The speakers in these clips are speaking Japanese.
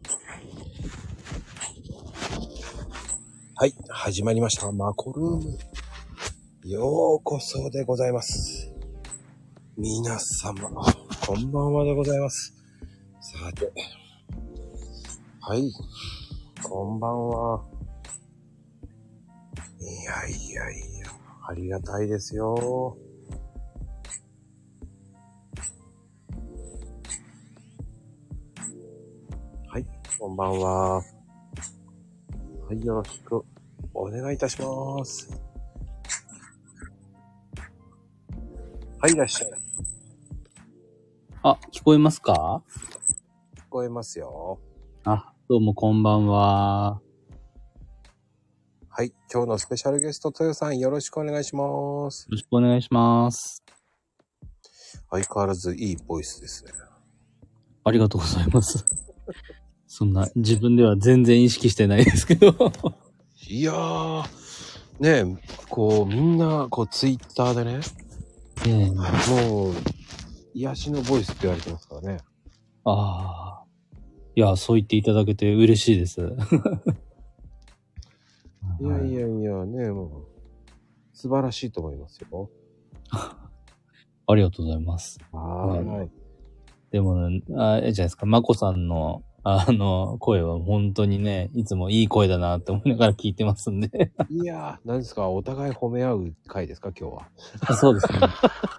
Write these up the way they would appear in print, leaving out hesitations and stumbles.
はい、始まりました。マコルーム。ようこそでございます。皆様、こんばんはでございます。さて、はい、こんばんは。いや、ありがたいですよ。はい、こんばんは。はい、よろしくお願いいたします。はい、いらっしゃい。 あ、聞こえますか？ 聞こえますよ。 あ、どうもこんばんは。 はい、今日のスペシャルゲスト、豊さんよろしくお願いします。 よろしくお願いします。 相変わらずいいボイスですね。 ありがとうございます。そんな、自分では全然意識してないですけど。 いやー、ねえ、こう、みんな、こう、ツイッターでね、もう、癒しのボイスって言われてますからね。 ああ。いや、そう言っていただけて嬉しいです。 いや、ね、もう、素晴らしいと思いますよ。 ありがとうございます。 はい。 でもね、あれじゃないですか、まこさんの、声は本当にね、いつもいい声だなって思いながら聞いてますんで。 いやー、何ですか、お互い褒め合う回ですか、今日は。 そうですね。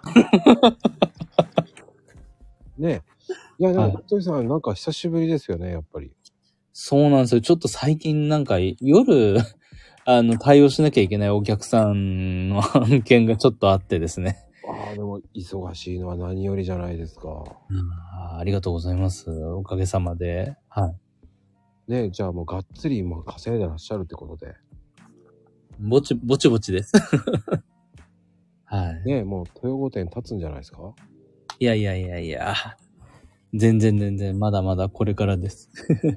ねえ。いや、でも、トイさん、なんか久しぶりですよね、やっぱり。 そうなんですよ。ちょっと最近なんか夜、対応しなきゃいけないお客さんの案件がちょっとあってですね。 ああ、でも、忙しいのは何よりじゃないですか。 ありがとうございます。おかげさまで。はい。 ねえ、じゃあもうがっつり今稼いでらっしゃるってことで。 ぼちぼちです。はい。 ねえ、もう豊御店立つんじゃないですか？ いや。全然、まだまだこれからです。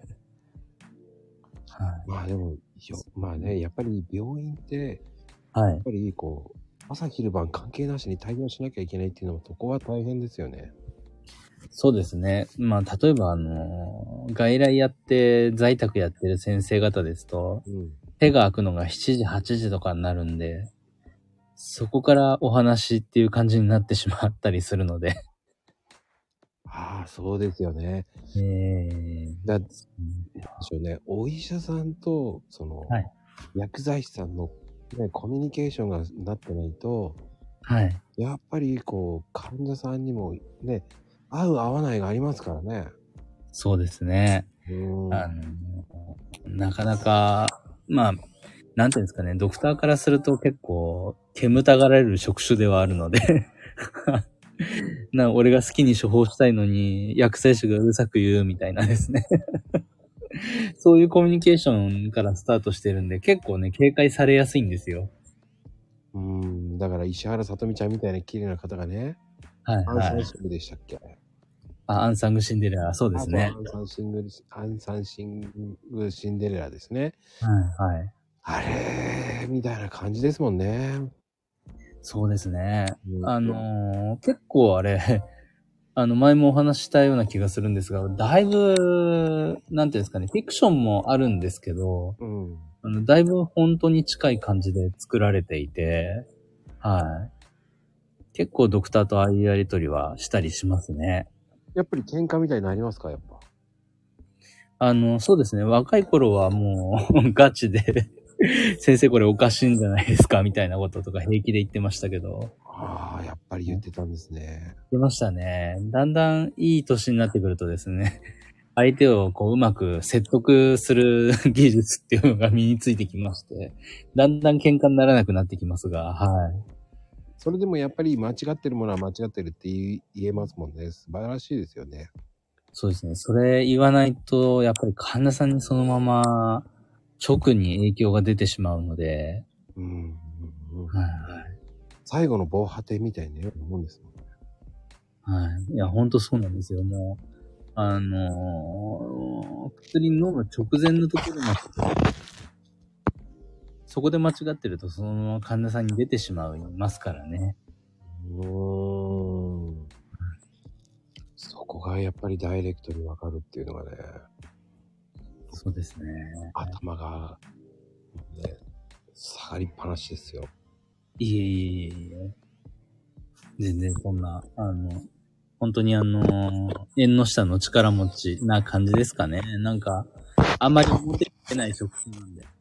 はい。 まあでも、まあね、やっぱり病院って、 はい。 やっぱりこう、朝昼晩関係なしに対応しなきゃいけないっていうのも、そこは大変ですよね。 そうですね。まあ、例えば外来やって在宅やってる先生方ですと、手が開くのが7時、8時とかになるんで、そこからお話っていう感じになってしまったりするので。 ああ、そうですよね。なんでしょうね。お医者さんと、 はい。 薬剤師さんの、ね、コミュニケーションがなってないと、 はい。 やっぱりこう、患者さんにもね、合う合わないがありますからね。 そうですね。なかなか、まあ、なんていうんですかね、ドクターからすると結構、煙たがられる職種ではあるので俺が好きに処方したいのに、薬剤師がうるさく言うみたいなですねそういうコミュニケーションからスタートしてるんで、結構ね、警戒されやすいんですよ。 だから石原さとみちゃんみたいな綺麗な方がね、 はいはい。 アンサンシングでしたっけ？ アンサングシンデレラ、そうですね。 アンサンシングシンデレラですね。 はいはい。 あれみたいな感じですもんね。 そうですね。結構あれ、前もお話ししたような気がするんですが、だいぶ、なんていうんですかね、フィクションもあるんですけど、だいぶ本当に近い感じで作られていて、はい。結構ドクターとああいうやりとりはしたりしますね。 やっぱり喧嘩みたいになりますか、やっぱ。 そうですね。若い頃はもうガチで先生これおかしいんじゃないですかみたいなこととか平気で言ってましたけど。 ああ、やっぱり言ってたんですね。 言ってましたね。だんだんいい年になってくるとですね、相手をこううまく説得する技術っていうのが身についてきまして、だんだん喧嘩にならなくなってきますが、はい。 それでもやっぱり間違ってるものは間違ってるって言えますもんね。素晴らしいですよね。 そうですね。それ言わないと、やっぱり患者さんにそのまま直に影響が出てしまうので、はいはい。 最後の防波堤みたいなもんですもんね。 はい。いや、ほんとそうなんですよ。もう、薬飲む直前のところまで、そこで間違ってると、そのまま患者さんに出てしまいますからね。 そこがやっぱりダイレクトにわかるっていうのがね。 そうですね。 頭が、ね、下がりっぱなしですよ。 いえいえいえ。全然そんな、本当に縁の下の力持ちな感じですかね。なんか、あんまり表に出ない職種なんで。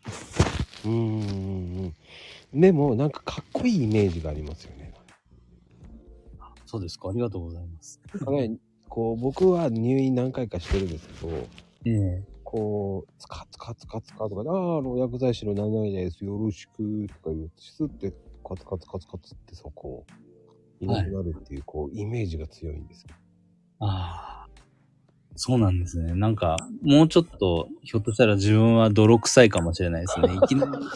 でも、なんかかっこいいイメージがありますよね。 そうですか。ありがとうございます。 なんかね、こう、僕は入院何回かしてるんですけど、 ええ。 こう、ツカツカツカツカとかで、薬剤師の何々です、よろしく、とか言うと、スッてカツカツカツカツってそこ、いなくなるっていう、こう、イメージが強いんですよ。 ああ、そうなんですね。なんか、もうちょっと、ひょっとしたら自分は泥臭いかもしれないですね。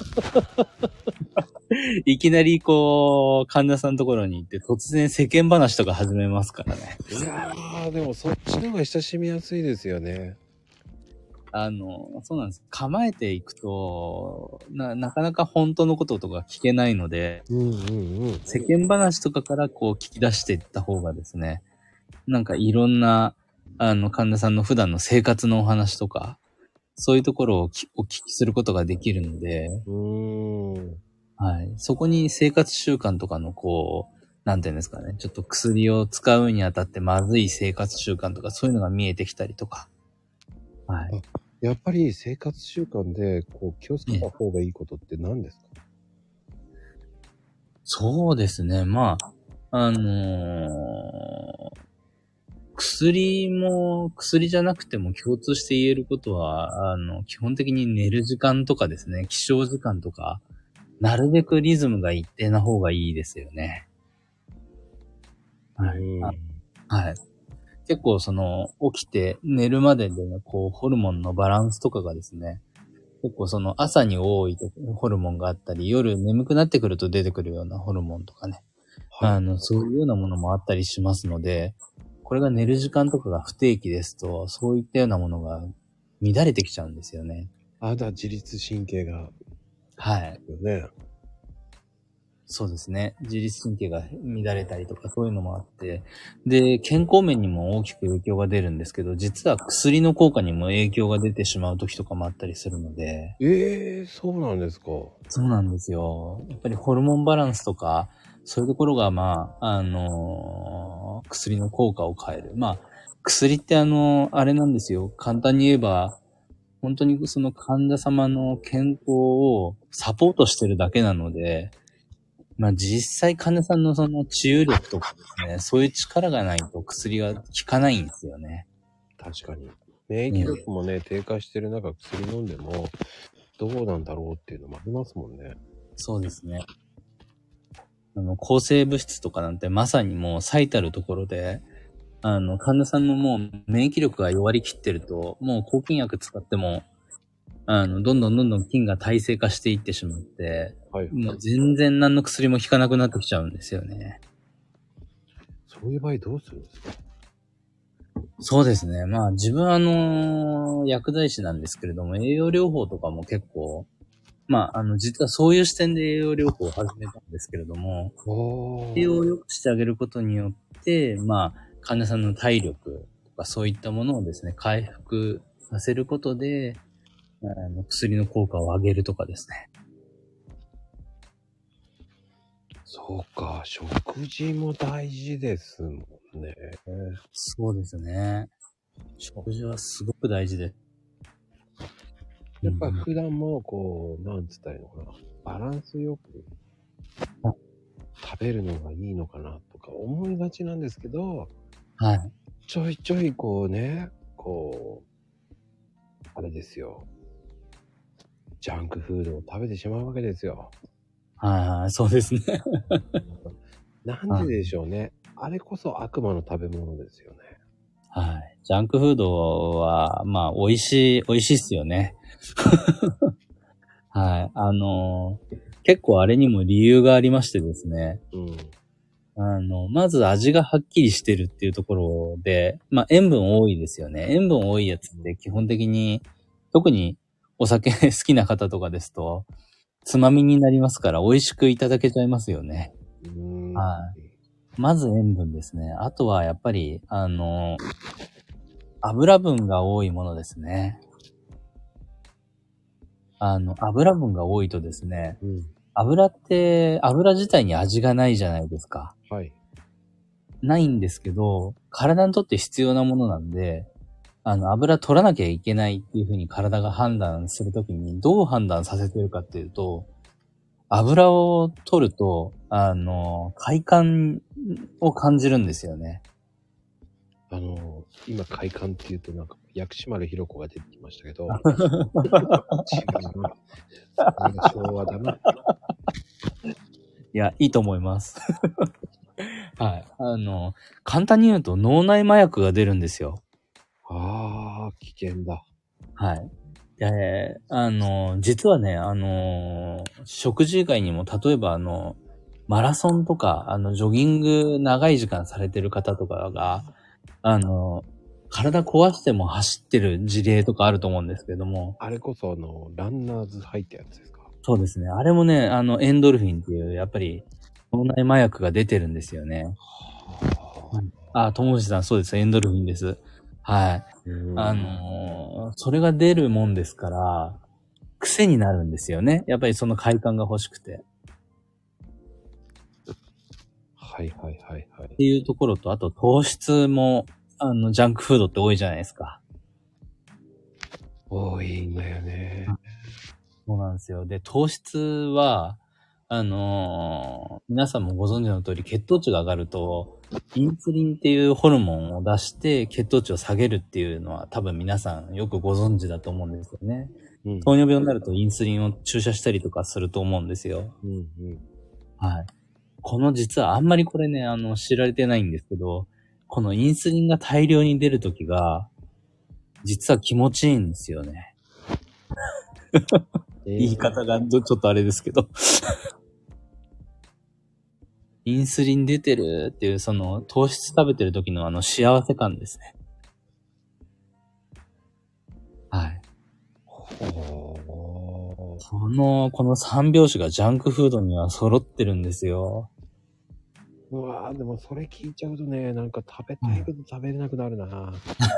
いきなりこう、神田さんのところに行って突然世間話とか始めますからね。 いやー、でもそっちの方が親しみやすいですよね。 そうなんです。構えていくと、なかなか本当のこととか聞けないので、世間話とかからこう聞き出していった方がですね、なんかいろんな、神田さんの普段の生活のお話とか、そういうところをお聞きすることができるので、はい。そこに生活習慣とかのこう、なんていうんですかね、ちょっと薬を使うにあたってまずい生活習慣とかそういうのが見えてきたりとか。はい。 やっぱり生活習慣でこう気をつけた方がいいことって何ですか？ そうですね。まあ、薬じゃなくても共通して言えることは、基本的に寝る時間とかですね、起床時間とか、なるべくリズムが一定な方がいいですよね。はい。はい。結構起きて寝るまででね、こう、ホルモンのバランスとかがですね、結構朝に多いホルモンがあったり、夜眠くなってくると出てくるようなホルモンとかね。そういうようなものもあったりしますので、これが寝る時間とかが不定期ですと、そういったようなものが乱れてきちゃうんですよね。 自律神経が。 はい。 ね。 そうですね。自律神経が乱れたりとかそういうのもあって、で、健康面にも大きく影響が出るんですけど、実は薬の効果にも影響が出てしまう時とかもあったりするので。 そうなんですか。 そうなんですよ。やっぱりホルモンバランスとか、そういうところが、薬の効果を変える。薬ってあれなんですよ。簡単に言えば、本当にその患者様の健康をサポートしてるだけなので、実際患者さんのその治癒力とかですね、そういう力がないと薬が効かないんですよね。 確かに。免疫力もね、低下してる中薬飲んでも、どうなんだろうっていうのもありますもんね。 そうですね。抗生物質とかなんてまさにもう最たるところで、患者さんのもう免疫力が弱りきってると、もう抗菌薬使っても、どんどん菌が耐性化していってしまって、もう全然何の薬も効かなくなってきちゃうんですよね。 そういう場合どうするんですか？ そうですね。自分薬剤師なんですけれども、栄養療法とかも結構、実はそういう視点で栄養療法を始めたんですけれども、栄養を良くしてあげることによって、患者さんの体力とかそういったものをですね、回復させることで、薬の効果を上げるとかですね。 そうか、食事も大事ですもんね。 そうですね。食事はすごく大事です。 やっぱ普段もこう、なんつったらいいのかな。バランスよく食べるのがいいのかなとか思いがちなんですけど、 はい。 ちょいちょいこうね、こう、あれですよ。ジャンクフードを食べてしまうわけですよ。 はい、そうですね。 なんででしょうね。あれこそ悪魔の食べ物ですよね。 はい。ジャンクフードは、美味しいっすよね。はい。結構あれにも理由がありましてですね。まず味がはっきりしてるっていうところで、塩分多いですよね。塩分多いやつって基本的に、特にお酒好きな方とかですと、つまみになりますから美味しくいただけちゃいますよね。はい。まず塩分ですね。あとはやっぱり、油分が多いものですね。 油分が多いとですね、 うん。 油自体に味がないじゃないですか。 はい。 ないんですけど、体にとって必要なものなんで、油取らなきゃいけないっていうふうに体が判断するときに、どう判断させてるかっていうと、油を取ると、快感を感じるんですよね。 今、快感って言うとなんか、薬師丸ひろ子が出てきましたけど、違うな。それが昭和だな。 いや、いいと思います。はい。簡単に言うと脳内麻薬が出るんですよ。 ああ、危険だ。 はい。実はね、食事以外にも、例えばマラソンとか、ジョギング長い時間されてる方とかが、体壊しても走ってる事例とかあると思うんですけども。 あれこそランナーズハイってやつですか？ そうですね。あれもね、エンドルフィンっていう、やっぱり、脳内麻薬が出てるんですよね。ともしさん、そうです。エンドルフィンです。はい。それが出るもんですから、癖になるんですよね。やっぱりその快感が欲しくて。 はいはいはいはい。 っていうところと、あと糖質も、ジャンクフードって多いじゃないですか。 多いんだよね。 そうなんですよ。で、糖質は、皆さんもご存知の通り、血糖値が上がると、インスリンっていうホルモンを出して、血糖値を下げるっていうのは、多分皆さんよくご存知だと思うんですよね。うん、糖尿病になるとインスリンを注射したりとかすると思うんですよ。うんうん、はい。実はあんまりこれね、知られてないんですけど、このインスリンが大量に出るときが、実は気持ちいいんですよね。言い方がちょっとあれですけど。インスリン出てるっていう、その、糖質食べてる時の幸せ感ですね。はい。この三拍子がジャンクフードには揃ってるんですよ。 うわぁ、でもそれ聞いちゃうとね、なんか食べたいけど食べれなくなるな。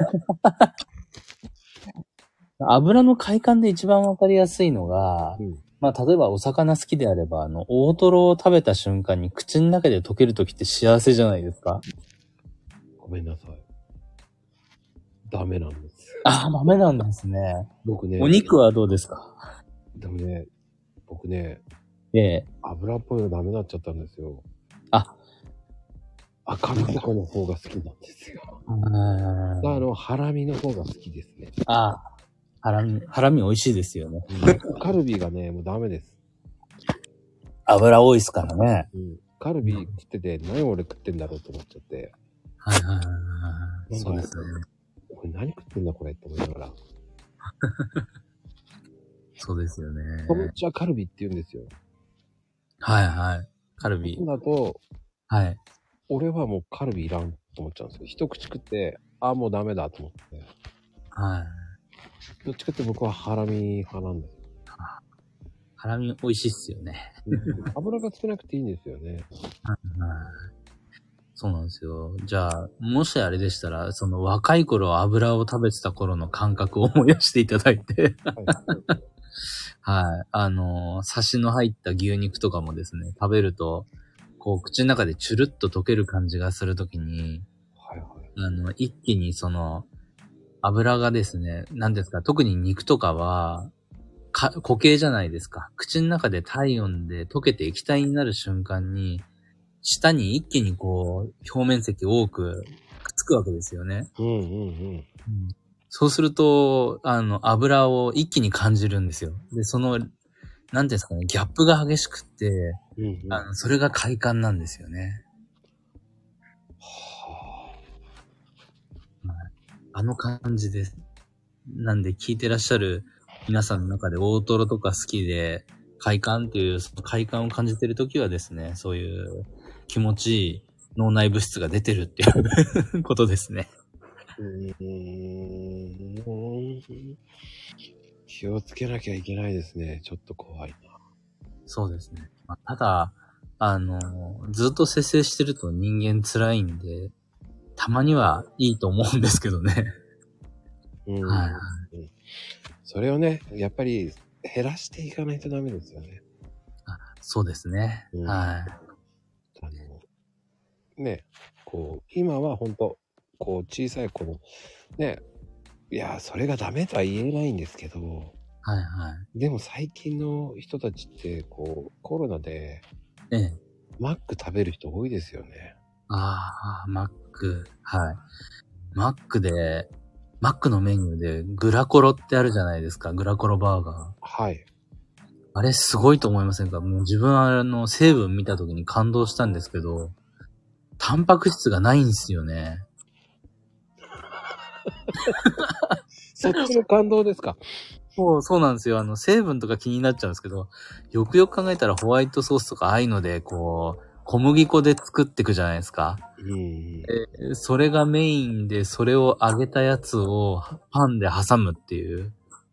油の快感で一番わかりやすいのが、まあ、例えばお魚好きであれば、大トロを食べた瞬間に口の中で溶けるときって幸せじゃないですか？ ごめんなさい。ダメなんです。 ダメなんですね。 僕ね。 お肉はどうですか？ でもね、僕ね、 ええ。 油っぽいのダメになっちゃったんですよ。赤身とかの方が好きなんですよ。ハラミの方が好きですね。 ハラミ美味しいですよね。 カルビがね、もうダメです。 油多いですからね。 カルビ食ってて、何俺食ってんだろうと思っちゃって。 そうですね。 これ何食ってんだこれって思いながら。 そうですよね。 こっちはカルビって言うんですよ。 はいはい。カルビ。 だと、 はい。 俺はもうカルビいらんと思っちゃうんですよ。一口食って、もうダメだと思って。 はい。 どっちかって僕はハラミ派なんです。 ハラミ美味しいっすよね。 油が少なくていいんですよね。 そうなんですよ。じゃあ、もしあれでしたら、その若い頃油を食べてた頃の感覚を思い出していただいて。はい。サシの入った牛肉とかもですね、食べると、こう、口の中でチュルッと溶ける感じがするときに、一気にその、油がですね、何ですか、特に肉とかは、固形じゃないですか。口の中で体温で溶けて液体になる瞬間に、舌に一気にこう、表面積多くくっつくわけですよね。そうすると、油を一気に感じるんですよ。で、その、なんていうんですかね、ギャップが激しくって、それが快感なんですよね。あの感じです。なんで聞いてらっしゃる皆さんの中で大トロとか好きで、快感っていう、その快感を感じてるときはですね、そういう気持ちいい脳内物質が出てるっていうことですね。 気をつけなきゃいけないですね。ちょっと怖いな。 そうですね。ただ、ずっと節制してると人間辛いんで、たまにはいいと思うんですけどね。 それをね、やっぱり減らしていかないとダメですよね。 そうですね。 うん、 はい。 ね、こう、今は本当こう、小さい子の、ね、いや、それがダメとは言えないんですけど、 はいはい。 でも最近の人たちって、こう、コロナで、 ええ。 マック食べる人多いですよね。 ああ、マック。はい。マックのメニューでグラコロってあるじゃないですか。グラコロバーガー。 はい。 あれすごいと思いませんか？もう自分は成分見た時に感動したんですけど、タンパク質がないんですよね。 そっちの感動ですか？ そうなんですよ。成分とか気になっちゃうんですけど、よくよく考えたらホワイトソースとかああいうので、こう、小麦粉で作っていくじゃないですか。それがメインで、それを揚げたやつをパンで挟むっていう。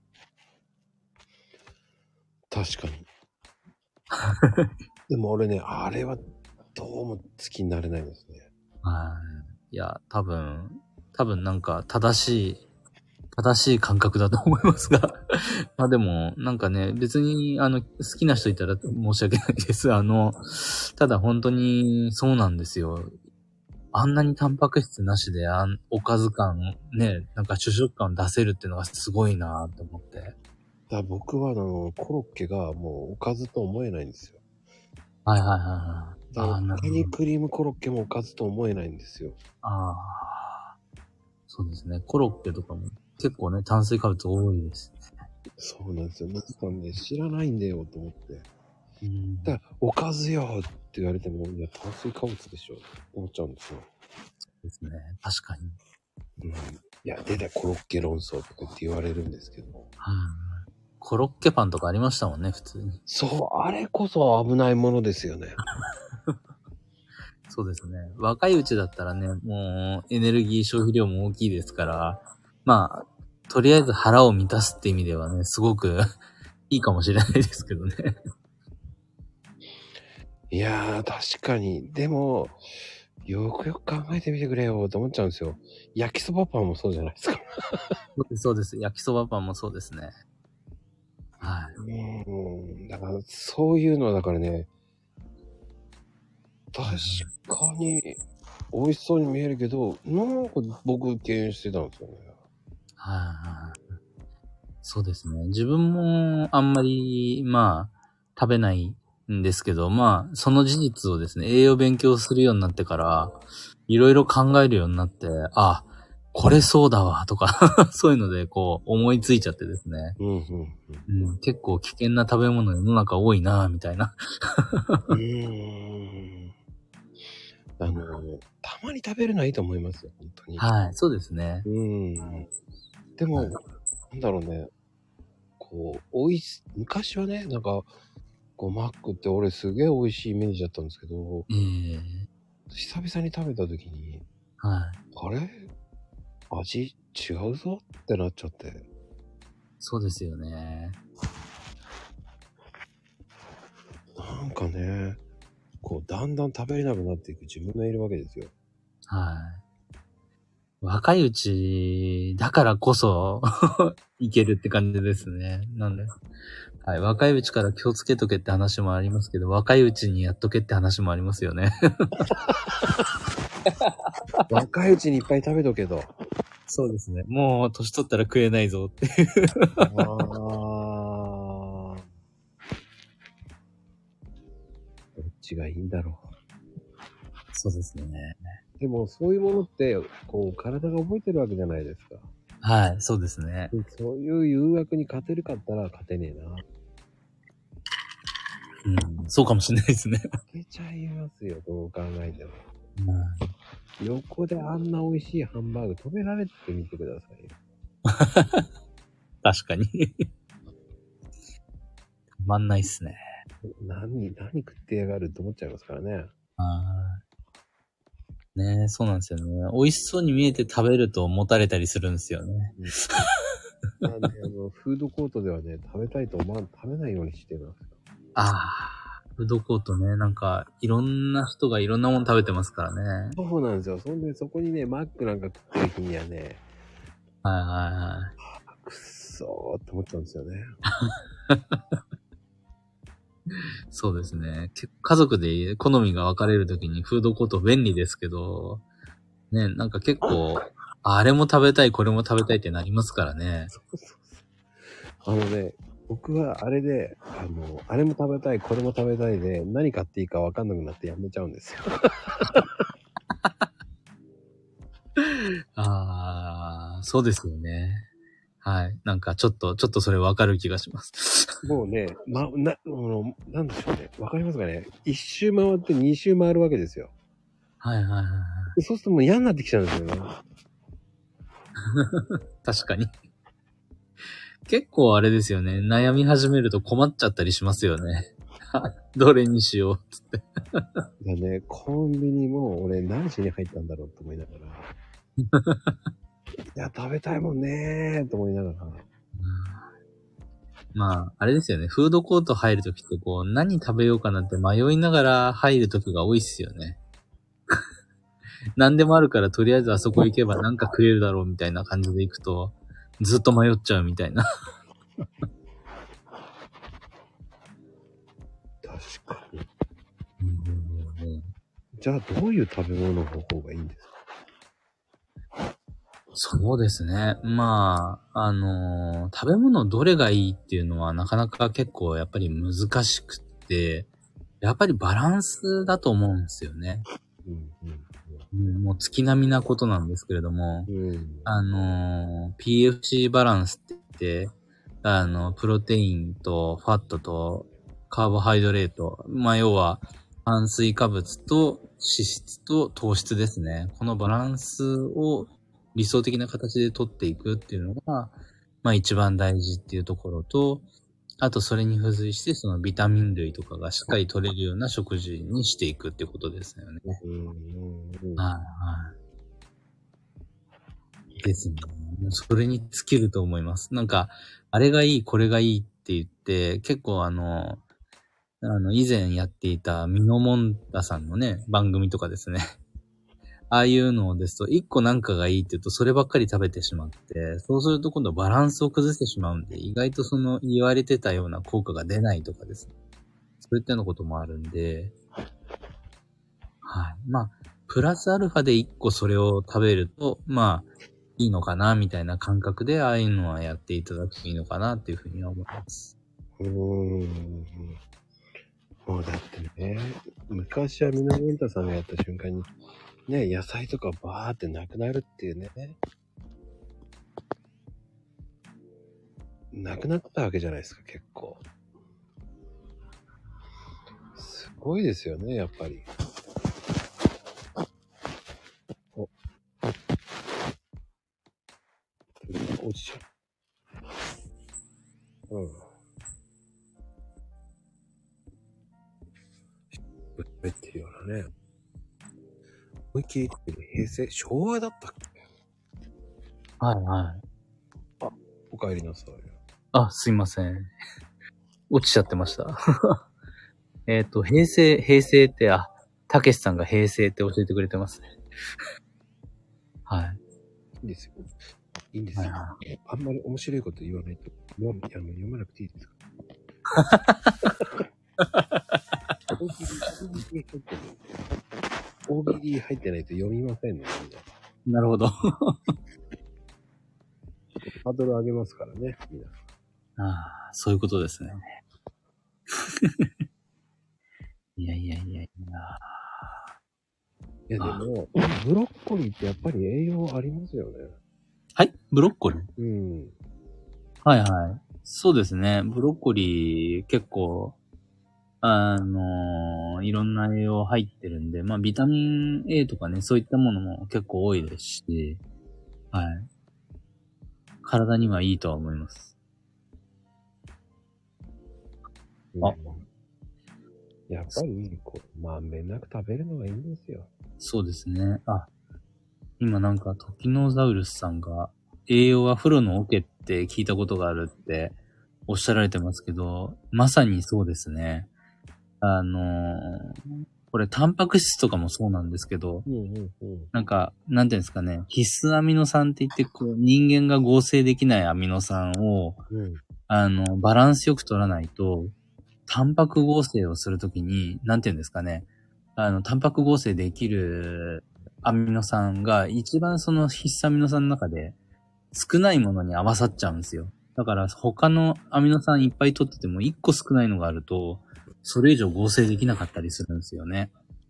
確かに。でも俺ね、あれはどうも好きになれないですね。 はい。いや、多分なんか正しい感覚だと思いますが。まあでも、なんかね、別に、好きな人いたら申し訳ないです。ただ本当にそうなんですよ。あんなにタンパク質なしで、おかず感、ね、なんか主食感出せるっていうのがすごいなと思って。 だから僕はコロッケがもうおかずと思えないんですよ。 はいはいはいはい。 だからなるほど。 カニクリームコロッケもおかずと思えないんですよ。 ああ、そうですね。コロッケとかも結構ね、炭水化物多いです。 そうなんですよ。なんかね、知らないんだよと思って。 うん。 だから、おかずよって言われても、いや、炭水化物でしょって思っちゃうんですよ。 ですね。確かに。 うん。いや、出たコロッケ論争とかって言われるんですけど。 はい、コロッケパンとかありましたもんね、普通に。 そう、あれこそ危ないものですよね。 そうですね。若いうちだったらね、もうエネルギー消費量も大きいですから、まあ、とりあえず腹を満たすって意味ではね、すごくいいかもしれないですけどね。 いやー、確かに。でも、よくよく考えてみてくれよと思っちゃうんですよ。焼きそばパンもそうじゃないですか。 そうです。焼きそばパンもそうですね。はい。 だから、そういうのはだからね、確かに美味しそうに見えるけど、なんか僕敬遠してたんですよね。 はい。そうですね。自分もあんまり、まあ、食べないんですけど、まあ、その事実をですね、栄養勉強するようになってから、いろいろ考えるようになって、あ、これそうだわ、とかそういうので、こう、思いついちゃってですね。結構危険な食べ物世の中多いな、みたいな。 たまに食べるのはいいと思いますよ、本当に。 はい、そうですね。 でも、なんだろうね、こう、昔はね、なんか、こう、マックって俺すげえ美味しいイメージだったんですけど、久々に食べた時に、 はい。 あれ味違うぞってなっちゃって。 そうですよね。 なんかね、こう、だんだん食べれなくなっていく自分がいるわけですよ。 はい。若いうちだからこそいけるって感じですね。なんで。はい。若いうちから気をつけとけって話もありますけど、若いうちにやっとけって話もありますよね。 若いうちにいっぱい食べとけと。 そうですね。もう年取ったら食えないぞっていう。 どっちがいいんだろう。 そうですね。 でもそういうものって、こう、体が覚えてるわけじゃないですか。 はい、そうですね。 そういう誘惑に勝てるかったら勝てねえな。 そうかもしれないですね。 負けちゃいますよ、どう考えても。横であんな美味しいハンバーグ食べられてみてくださいよ。 確かに。たまんないっすね。 何食ってやがると思っちゃいますからね。 ねえ、そうなんですよね。美味しそうに見えて食べると持たれたりするんですよね。 なんでフードコートではね、食べたいと食べないようにしてますよ。 フードコートね、なんか、いろんな人がいろんなもの食べてますからね。 そうなんですよ。そんで、そこにね、マックなんか食ってる日にはね、 はいはいはい。 くっそーって思っちゃうんですよね。 そうですね。家族で好みが分かれるときにフードコート便利ですけど、ね、なんか結構、あれも食べたい、これも食べたいってなりますからね。 そうそうそう。僕はあれで、あれも食べたい、これも食べたいで、何買っていいか分かんなくなってやめちゃうんですよ。 そうですよね。はい。なんかちょっとそれ分かる気がします。 もうね、なんでしょうね。わかりますかね。一周回って二周回るわけですよ。 はいはいはいはい。 そうするともう嫌になってきちゃうんですよね。 確かに。結構あれですよね。悩み始めると困っちゃったりしますよね。どれにしよう、つって。 だね、コンビニも俺何時に入ったんだろうと思いながら。いや、食べたいもんねーと思いながら。 まあ、あれですよね。フードコート入るときってこう、何食べようかなって迷いながら入るときが多いっすよね。何でもあるからとりあえずあそこ行けばなんか食えるだろうみたいな感じで行くと、ずっと迷っちゃうみたいな。 確かに。じゃあどういう食べ物の方がいいんですか？ そうですね。まあ、食べ物どれがいいっていうのはなかなか結構やっぱり難しくって、やっぱりバランスだと思うんですよね。もう月並みなことなんですけれども、PFC バランスって言って、プロテインとファットとカーボハイドレート、まあ要は炭水化物と脂質と糖質ですね。このバランスを理想的な形で取っていくっていうのが、まあ一番大事っていうところと、あとそれに付随してそのビタミン類とかがしっかり取れるような食事にしていくっていうことですよね。はいはい。ですね。それに尽きると思います。なんか、あれがいい、これがいいって言って、結構以前やっていたミノモンタさんのね、番組とかですね。ああいうのですと、一個なんかがいいって言うと、そればっかり食べてしまって、そうすると今度バランスを崩してしまうんで、意外とその言われてたような効果が出ないとかですね。そういったようなこともあるんで、はい。まあ、プラスアルファで一個それを食べると、まあ、いいのかな、みたいな感覚で、ああいうのはやっていただくといいのかな、っていうふうには思います。 もうだってね、昔はミノモンタさんがやった瞬間に、ね、野菜とかバーってなくなるっていうね。なくなったわけじゃないですか、結構。すごいですよね、やっぱり。落ちちゃう。っていうようなね。思いっきり平成、昭和だったっけ？ はいはい。 お帰りなさい。 すいません。落ちちゃってました。平成って、たけしさんが平成って教えてくれてますね。はい。 いいんですよ。いいんですよ。あんまり面白いこと言わないと、読まなくていいですか？大喜利入ってないと読みませんね。 なるほど。 ハードル上げますからね、皆さん。 そういうことですね。いや。 いやでも、ブロッコリーってやっぱり栄養ありますよね。 はい？ブロッコリー？はいはい。そうですね。ブロッコリー結構、いろんな栄養入ってるんで、まあビタミン A とかね、そういったものも結構多いですし、はい。体にはいいとは思います。 やっぱり、まんべんなく食べるのがいいんですよ。 そうですね。今なんかトキノザウルスさんが栄養は風呂の桶って聞いたことがあるっておっしゃられてますけど、まさにそうですね。これタンパク質とかもそうなんですけど、なんか、なんていうんですかね、必須アミノ酸って言って、人間が合成できないアミノ酸を、 バランスよく取らないと、タンパク合成をするときに、なんていうんですかね。タンパク合成できるアミノ酸が一番その必須アミノ酸の中で少ないものに合わさっちゃうんですよ。だから他のアミノ酸いっぱい取ってても1個少ないのがあると、それ以上合成できなかったりするんですよね。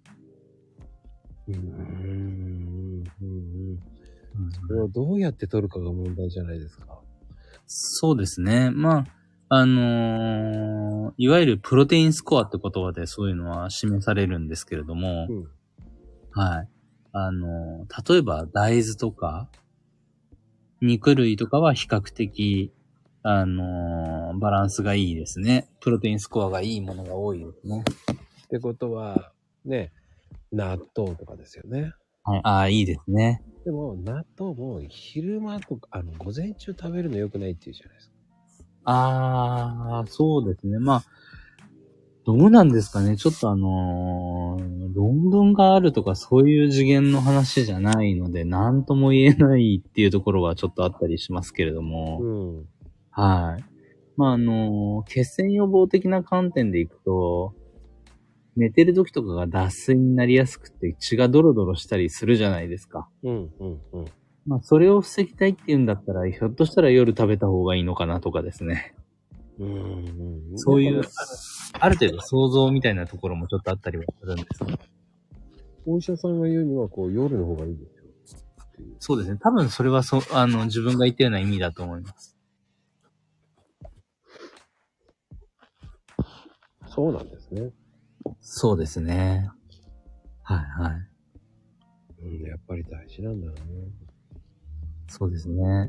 それをどうやって取るかが問題じゃないですか。 そうですね。まあ、いわゆるプロテインスコアって言葉でそういうのは示されるんですけれども、はい。例えば大豆とか、肉類とかは比較的、バランスがいいですね。プロテインスコアがいいものが多いですね。 ってことは、ね、納豆とかですよね。 はい。ああ、いいですね。 でも、納豆も昼間とか、午前中食べるの良くないって言うじゃないですか。 ああ、そうですね。まあ、どうなんですかね。ちょっと論文があるとかそういう次元の話じゃないので、なんとも言えないっていうところはちょっとあったりしますけれども。はい。まあ、血栓予防的な観点でいくと、寝てる時とかが脱水になりやすくて血がドロドロしたりするじゃないですか。まあ、それを防ぎたいっていうんだったら、ひょっとしたら夜食べた方がいいのかなとかですね。そういう、ある程度想像みたいなところもちょっとあったりはするんですが。 お医者さんが言うには、夜の方がいいですよ。 そうですね。多分それは自分が言ったような意味だと思います。 そうなんですね。 そうですね。はいはい。 やっぱり大事なんだな。 そうですね。はい。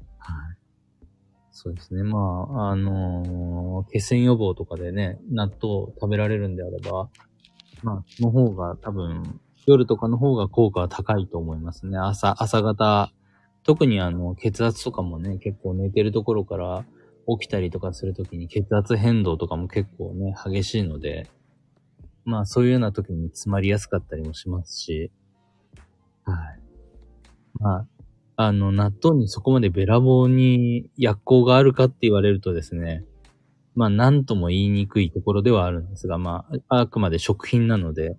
そうですね。まあ、血栓予防とかでね、納豆食べられるんであれば、まあ、その方が多分、夜とかの方が効果は高いと思いますね。朝方、特に血圧とかもね、結構寝てるところから起きたりとかするときに血圧変動とかも結構ね、激しいので、まあそういうような時に詰まりやすかったりもしますし、はい。まあ、納豆にそこまでべらぼうに薬効があるかって言われるとですね、まあ何とも言いにくいところではあるんですが、まあ、あくまで食品なので、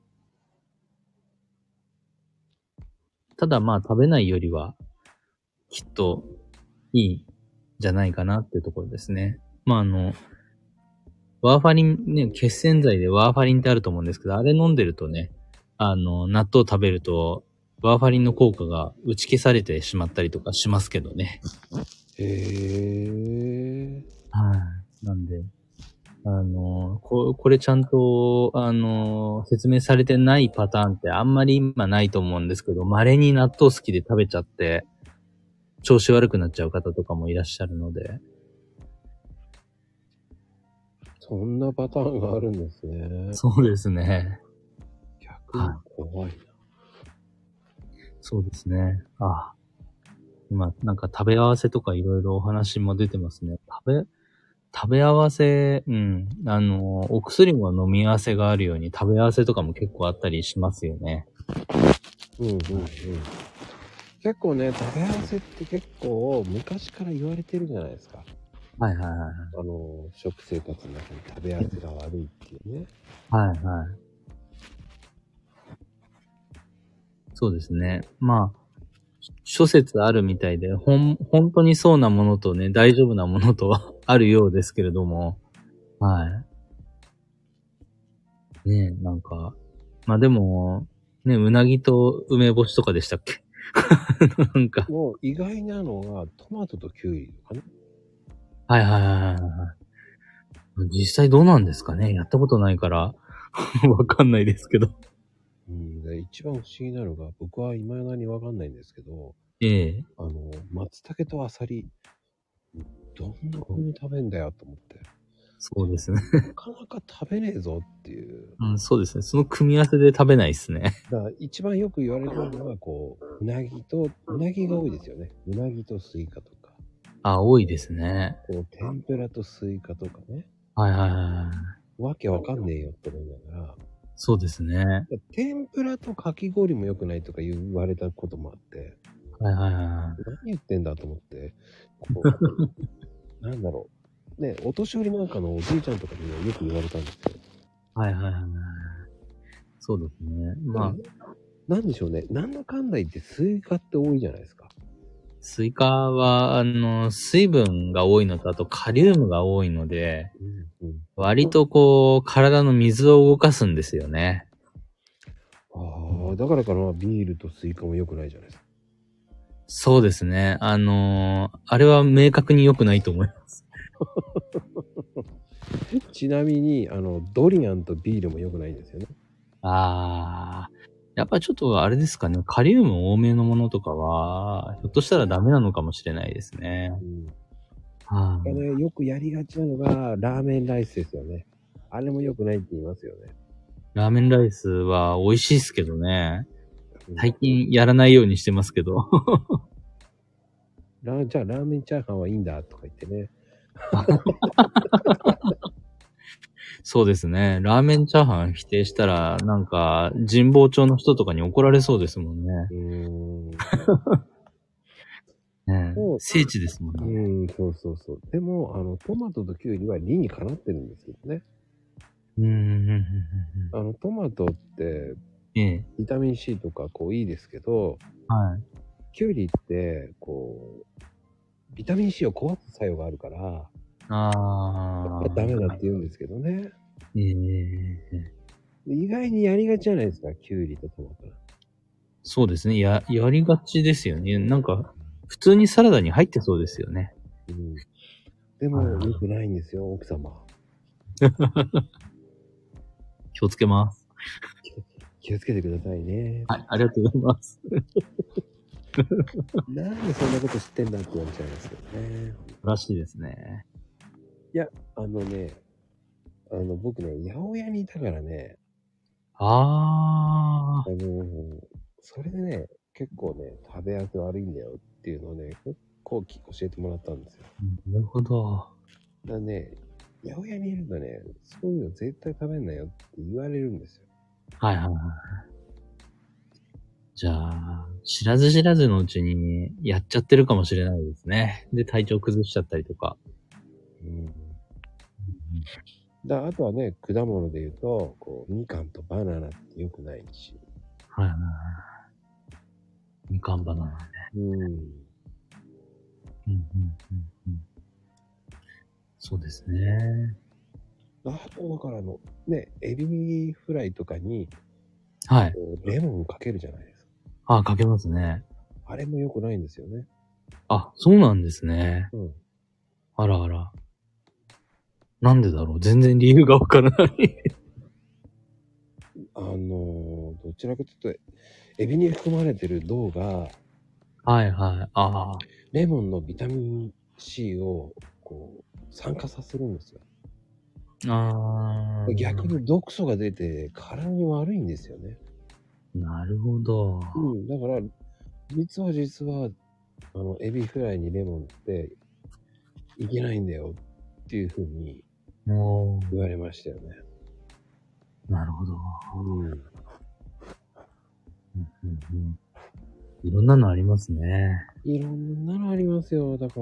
ただまあ食べないよりは、きっといいんじゃないかなっていうところですね。まあワーファリンね、血栓剤でワーファリンってあると思うんですけど、あれ飲んでるとね、納豆食べると、ワーファリンの効果が打ち消されてしまったりとかしますけどね。はい。なんで、これちゃんと、説明されてないパターンってあんまり今ないと思うんですけど、稀に納豆好きで食べちゃって、調子悪くなっちゃう方とかもいらっしゃるので。 そんなパターンがあるんですね。 そうですね。 逆に怖いな。 そうですね。今、なんか食べ合わせとかいろいろお話も出てますね。食べ合わせ、お薬も飲み合わせがあるように食べ合わせとかも結構あったりしますよね。 結構ね、食べ合わせって結構昔から言われてるじゃないですか。 はいはいはい。 食生活の中に食べ合わせが悪いっていうね。 はいはい。そうですね。まあ、諸説あるみたいで、本当にそうなものとね、大丈夫なものとはあるようですけれども、はい。ねえ、なんか、まあでも、ね、うなぎと梅干しとかでしたっけなんか。 もう意外なのが、トマトとキュウリかな。 はいはいはいはい。実際どうなんですかね、やったことないから、わかんないですけど。 で一番不思議なのが、僕は未だにわかんないんですけど、松茸とアサリ、どんな風に食べんだよと思って。 そうですね。 なかなか食べねえぞっていう。 そうですね。その組み合わせで食べないですね。 だから一番よく言われるのは、うなぎが多いですよね。うなぎとスイカとか。 多いですね。 天ぷらとスイカとかね。 はいはいはい。 わけわかんねえよって思いながら。 そうですね。 天ぷらとかき氷も良くないとか言われたこともあって。 はいはいはい。 何言ってんだと思って。なんだろう。 ね、お年寄りなんかのおじいちゃんとかにもよく言われたんですよ。 はいはいはいはい。そうですね。まあ、 なんでしょうね。なんだかんだ言ってスイカって多いじゃないですか。 スイカは、水分が多いのと、あとカリウムが多いので、 うんうん。 割とこう、体の水を動かすんですよね。 ああ、だからかな、ビールとスイカも良くないじゃないですか。 そうですね。あれは明確に良くないと思います。 ちなみに、ドリアンとビールも良くないんですよね。 あー。やっぱりちょっとあれですかね。カリウム多めのものとかは、ひょっとしたらダメなのかもしれないですね。 うん。 はい。 ね、よくやりがちなのが、ラーメンライスですよね。あれも良くないって言いますよね。 ラーメンライスは美味しいですけどね。 うん、 最近やらないようにしてますけど。 じゃあラーメンチャーハンはいいんだとか言ってね。 そうですね。ラーメンチャーハン否定したら、なんか、神保町の人とかに怒られそうですもんね。ねえ、 そう、 聖地ですもんね。 そうそうそう。でも、トマトとキュウリは理にかなってるんですけどね。トマトって、 ええ、 ビタミン C とかこういいですけど、 はい。 キュウリって、こう、ビタミン C を壊す作用があるから、 あダメだってあ、 言うんですけどね。 ええ、 意外にやりがちじゃないですか、キュウリとトマト。 そうですね。やりがちですよね。なんか、普通にサラダに入ってそうですよね。 うん。でも、良くないんですよ、奥様。 気をつけます。 気をつけてくださいね。 はい、ありがとうございます。 なんでそんなこと知ってんだって言われちゃいますけどね。 らしいですね。 いや、ね、僕ね、八百屋にいたからね、 あそれでね、結構ね、食べ飽き悪いんだよっていうのをね、結構教えてもらったんですよ。 ー、なるほど。 だからね、八百屋にいるとね、そういうの絶対食べんなよって言われるんですよ。 はいはいはい。じゃあ、知らず知らずのうちにやっちゃってるかもしれないですね。で、体調崩しちゃったりとか。 うん。あとはね、果物で言うと、こう、みかんとバナナって良くないし。 はいはいはい。みかんバナナね。 うん。 うんうんうんうん。そうですね。 あと、だからね、エビフライとかに、 はい。 レモンかけるじゃないですか。 あ、かけますね。 あれも良くないんですよね。 あ、そうなんですね。 うん。 あらあら。なんでだろう全然理由がわからない。 どちらかというと、エビに含まれてる銅が、 はいはい。あレモンのビタミン C を、こう、酸化させるんですよ。 あ。 逆に毒素が出て、体に悪いんですよね。 なるほど。 うん。だから、実は、エビフライにレモンっていけないんだよっていう風におー、 言われましたよね。 なるほど。 うん。 うんうんうん、いろんなのありますね。 いろんなのありますよ。だから、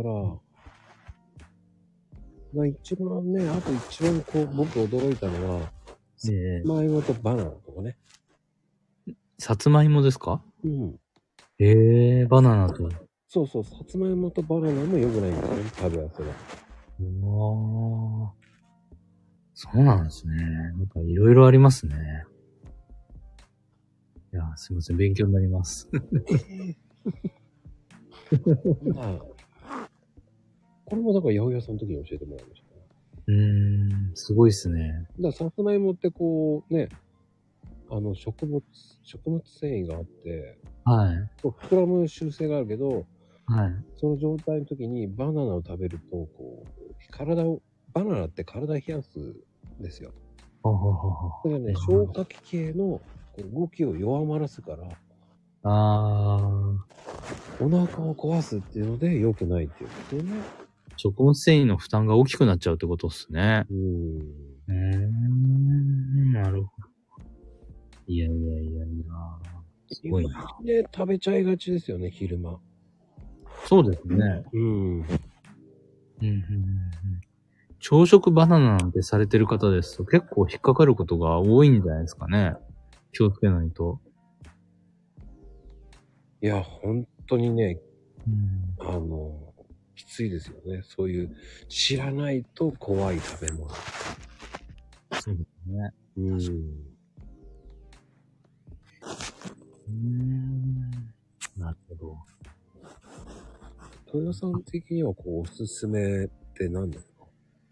一番ね、あと一番こう、僕驚いたのは、 ええ、 マイモとバナナとかね。 さつまいもですか？ うん。 ええ、バナナと。 そうそう、さつまいもとバナナも良くないんですよね、食べ合わせが。 うわー、そうなんですね。なんかいろいろありますね。いや、すいません。勉強になります。 まあ、これもだから八百屋さんの時に教えてもらいましたね。 すごいっすね。 だからさつまいもってこう、ね、食物繊維があって、 はい。 こう膨らむ習性があるけど、 はい。 その状態の時にバナナを食べると、こう、バナナって体を冷やすんですよ。 ほほほほ。 だからね、消化器系のこう動きを弱まらすから、 あー、 お腹を壊すっていうので良くないっていうんですよね。 食物繊維の負担が大きくなっちゃうってことっすね。なるほど。いやいやいやいや。すごいな。 で、食べちゃいがちですよね、昼間。 そうですね。 うん。 うんうんうんうん。 朝食バナナなんてされてる方ですと結構引っかかることが多いんじゃないですかね。気をつけないと。 いや、本当にね、 うん、 きついですよね。そういう知らないと怖い食べ物。 そうですね。なるほど。 豊さん的にはおすすめって何ですか？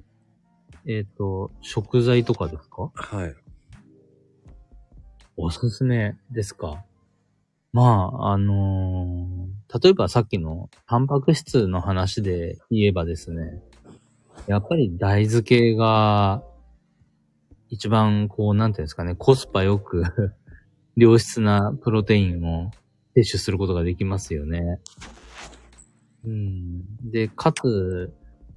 食材とかですか？ はい。 おすすめですか？まあ、例えばさっきのタンパク質の話で言えばですね、やっぱり大豆系が一番なんていうんですかね、コスパよく良質なプロテインを摂取することができますよね。で、かつ、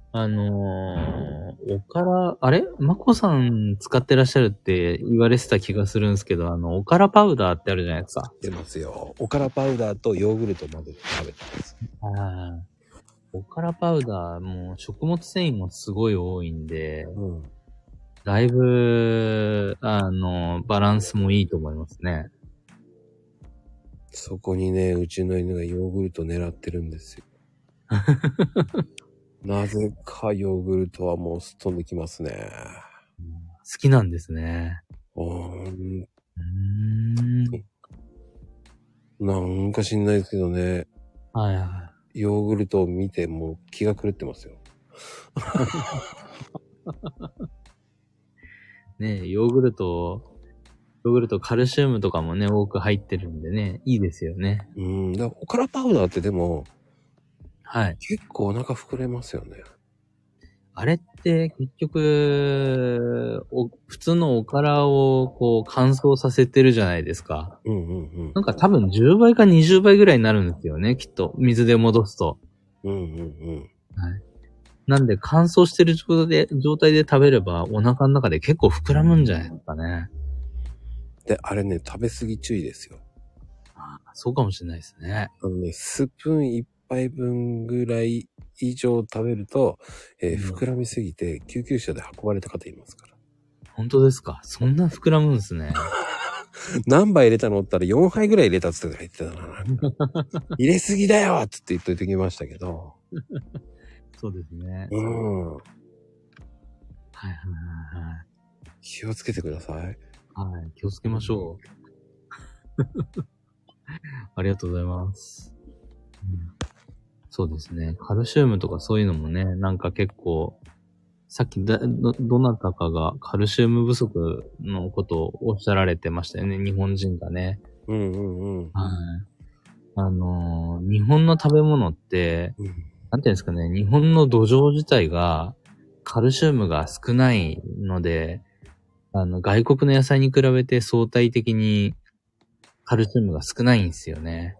まこさん使ってらっしゃるって言われてた気がするんですけど、おからパウダーってあるじゃないですか。 出ますよ。おからパウダーとヨーグルト混ぜて食べてます。 おからパウダーも食物繊維もすごい多いんで、 うん。 だいぶ、バランスもいいと思いますね。 そこにね、うちの犬がヨーグルト狙ってるんですよ。なぜかヨーグルトはもうすっ飛んできますね。 好きなんですね。 なんか知んないですけどね。 はいはい。 ヨーグルトを見てもう気が狂ってますよ。 ね、ヨーグルトカルシウムとかもね、多く入ってるんでね、いいですよね。 だからおからパウダーってでも、 はい。 結構お腹膨れますよね。 あれって結局、普通のおからを乾燥させてるじゃないですか。なんか多分10倍か20倍ぐらいになるんですよね、きっと。水で戻すと。はい。なんで乾燥してる状態で食べればお腹の中で結構膨らむんじゃないですかね。 で、あれね、食べ過ぎ注意ですよ。 そうかもしれないですね。 スプーン一杯分ぐらい以上食べると、膨らみすぎて救急車で運ばれた方いますから。 本当ですか？そんな膨らむんですね。 何杯入れたのって言ったら4杯ぐらい入れたっつって言ってたな。入れすぎだよっつって言っといてきましたけど。 そうですね。はいはいはい。 気をつけてください。 はい、気をつけましょう。ありがとうございます。そうですね。カルシウムとかそういうのもね、なんか結構、さっきどなたかがカルシウム不足のことをおっしゃられてましたよね、日本人がね。はい。日本の食べ物って、なんていうんですかね、日本の土壌自体がカルシウムが少ないので、外国の野菜に比べて相対的にカルシウムが少ないんですよね。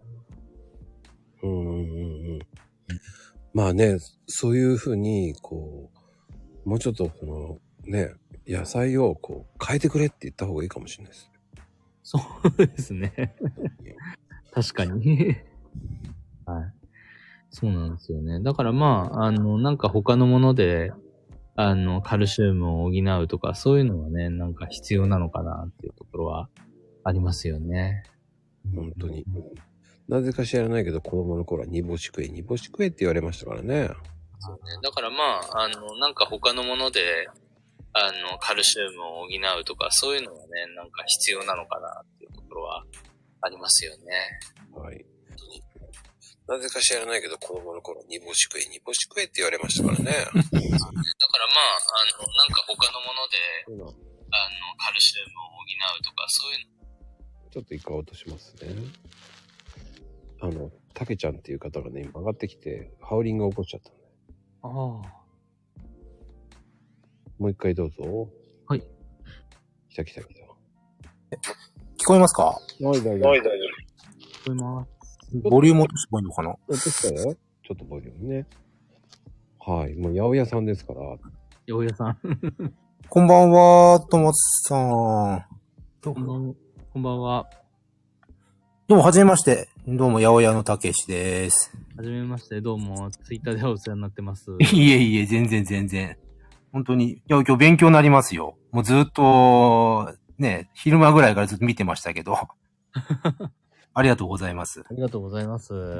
まあね、そういうふうに、もうちょっと野菜を変えてくれって言った方がいいかもしれないです。 そうですね。確かに。はい。そうなんですよね。だからまあ、なんか他のもので、カルシウムを補うとか、そういうのはね、なんか必要なのかなっていうところはありますよね。 本当に。なぜか知らないけど、子供の頃は煮干し食えって言われましたからね。 そうね。だからまあ、なんか他のもので、カルシウムを補うとか、そういうのはね、なんか必要なのかなっていうところはありますよね。 はい。なぜか知らないけど、子供の頃煮干し食えって言われましたからね。だからまあ、なんか他のもので、カルシウムを補うとか、そういうの。 ちょっと一回落としますね。たけちゃんっていう方がね、今上がってきて、ハウリングを起こしちゃったんで。 ああ。 もう一回どうぞ。 はい。 来た。聞こえますか？ はい、大丈夫。 聞こえます。 ボリューム落としてもいいのかな？ 落としたよ。ちょっとボリュームね。はい。もう八百屋さんですから。 八百屋さん。 こんばんは、ともつさん。 こんばんは。 どうも、はじめまして。どうも、八百屋のたけしです。 はじめまして、どうも、ツイッターでお世話になってます。 いえいえ、全然。 本当に、いや、今日勉強になりますよ。もうずっと、ね、昼間ぐらいからずっと見てましたけど。ありがとうございます。 ありがとうございます。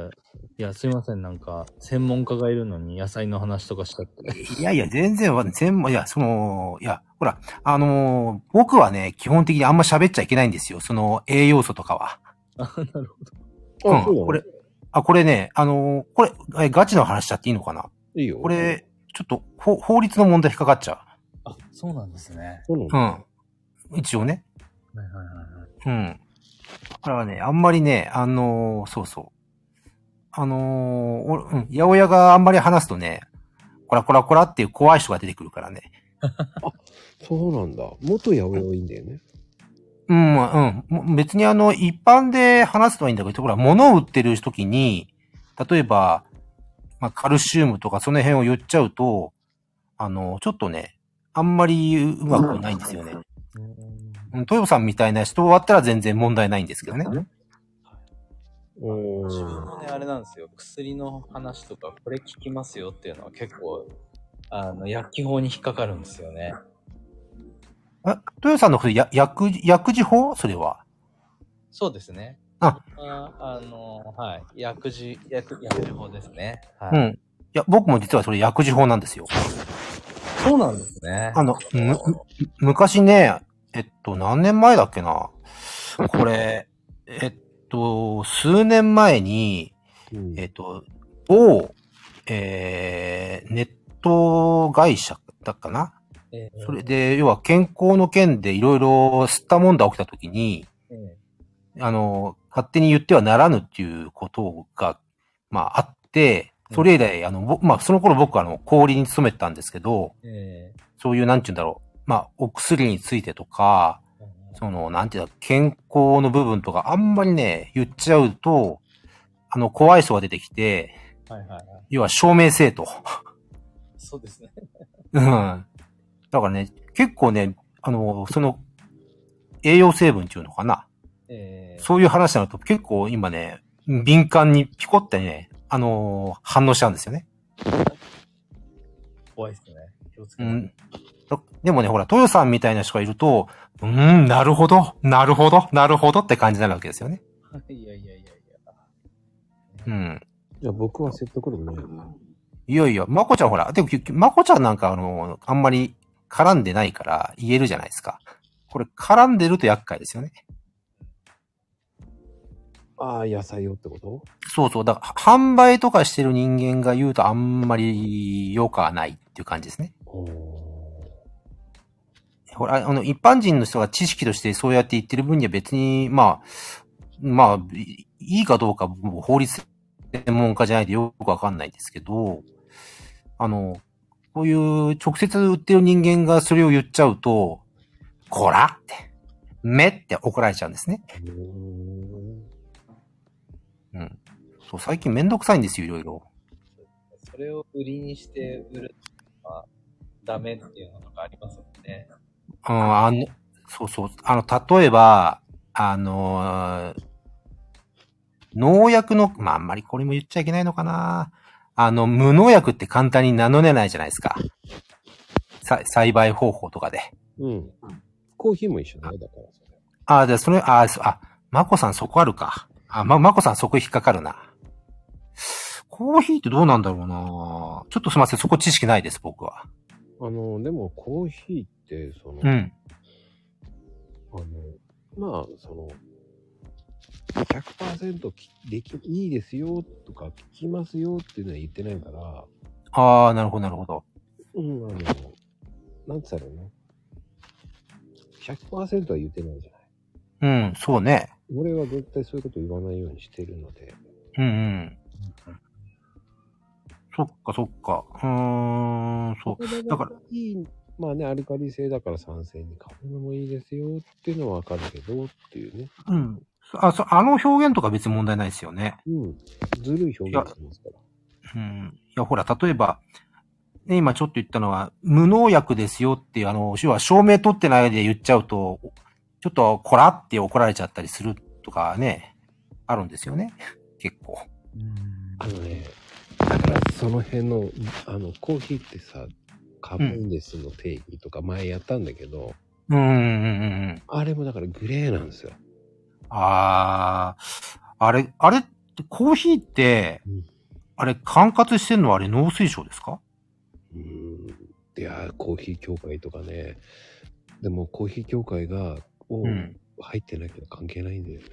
いや、すいません。なんか、専門家がいるのに野菜の話とかしたって。 いやいや、全然、いや、いや、ほら、僕はね、基本的にあんま喋っちゃいけないんですよ。その栄養素とかは。 あ、なるほあ、そうなの？ これね、これ、ガチの話しちゃっていいのかな？ いいよ。 これ、ちょっと、法律の問題引っかかっちゃあ、そうなんですね。 そうなの？ う。一応ね。 はいはいはいはい。 うん。だからね、あんまりね、そうそう。八百屋があんまり話すとね、こらこらこらっていう怖い人が出てくるからね。 そうなんだ。元八百屋いいんだよね。 別に一般で話すのはいいんだけど、ほら、物を売ってる時に、例えば、まあ、カルシウムとかその辺を言っちゃうと、ちょっとね、あんまりうまくないんですよね。豊さんみたいな人だったら全然問題ないんですけどね。 自分もね、あれなんですよ。薬の話とか、これ効きますよっていうのは結構、薬機法に引っかかるんですよね。 豊さんの薬事法それは。 そうですね。 はい。 薬事法ですね。はい。 うん。いや、僕も実はそれ薬事法なんですよ。 そうなんですね。 昔ね、何年前だっけな。これ、数年前に、某、ネット会社だったかな。それで、要は健康の件でいろいろ吸ったもんだ起きたときに、勝手に言ってはならぬっていうことが、まああって、それ以来、その頃僕は小売に勤めてたんですけど、そういうなんて言うんだろう。まあ、お薬についてとか、なんていうの、健康の部分とか、あんまりね、言っちゃうと、怖い人が出てきて、要は証明せえと。 そうですね。 うん。だからね、結構ね、栄養成分っていうのかな。そういう話になると結構今ね、敏感にピコってね、反応しちゃうんですよね。 怖いですね。気をつけて。 でもね、ほら、豊さんみたいな人がいると、なるほど、なるほど、なるほどって感じになるわけですよね。 いや。 うん。 いや、僕は説得力ないよね。 いやいや、まこちゃんほら、でも、まこちゃんなんかあんまり絡んでないから言えるじゃないですか。これ絡んでると厄介ですよね。 ああ、野菜をってこと？ そうそう。だから、販売とかしてる人間が言うとあんまり良くはないっていう感じですね。ほら、一般人の人が知識としてそうやって言ってる分には別に、まあ、いいかどうか、もう法律専門家じゃないとよくわかんないですけど、こういう直接売ってる人間がそれを言っちゃうと、こらって、めって怒られちゃうんですね。うん。そう、最近めんどくさいんですよ、いろいろ。 それを売りにして売るのはダメっていうのがありますもんね。 そうそう。例えば、農薬の、まあ、あんまりこれも言っちゃいけないのかな。無農薬って簡単に名乗れないじゃないですか。栽培方法とかで。 うん。コーヒーも一緒だね、だからそれ。まこさんそこあるか。まこさんそこ引っかかるな。コーヒーってどうなんだろうな。ちょっとすみません、そこ知識ないです、僕は。 でもコーヒーって、100% いいですよとか、効きますよっていうのは言ってないから。 ああ、なるほど、なるほど。 なんつったらね。100% は言ってないじゃない。そうね。 俺は絶対そういうこと言わないようにしてるので。 そっか。そう。だから。 まあね、アルカリ性だから酸性に変わるのもいいですよっていうのはわかるけどっていうね。 あの表現とか別に問題ないですよね。 ずるい表現してますから。 いや、ほら、例えば、ね、今ちょっと言ったのは、無農薬ですよっていう、要は証明取ってないで言っちゃうと、ちょっとこらって怒られちゃったりするとかね、あるんですよね。結構。 だからその辺の、コーヒーってさ、 カフェインレスの定義とか前やったんだけど、あれもだからグレーなんですよ。 あれってコーヒーって、あれ管轄してんのはあれ農水省ですか？ いやコーヒー協会とかね。でもコーヒー協会が、入ってなきゃ関係ないんだよね。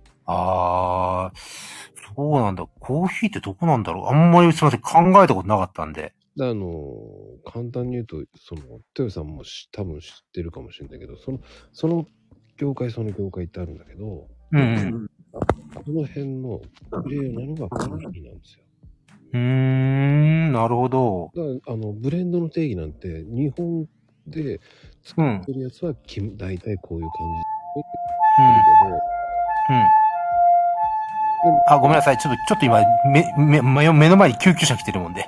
そうなんだ。コーヒーってどこなんだろう。あんまりすいません。考えたことなかったんで。 簡単に言うと、豊さんも多分知ってるかもしれないけど、その業界ってあるんだけど、この辺のグレーなのがコーヒーなんですよ。 なるほど。 ブレンドの定義なんて、日本で作ってるやつは、大体こういう感じ。ごめんなさい。ちょっと今、目の前に救急車来てるもんで。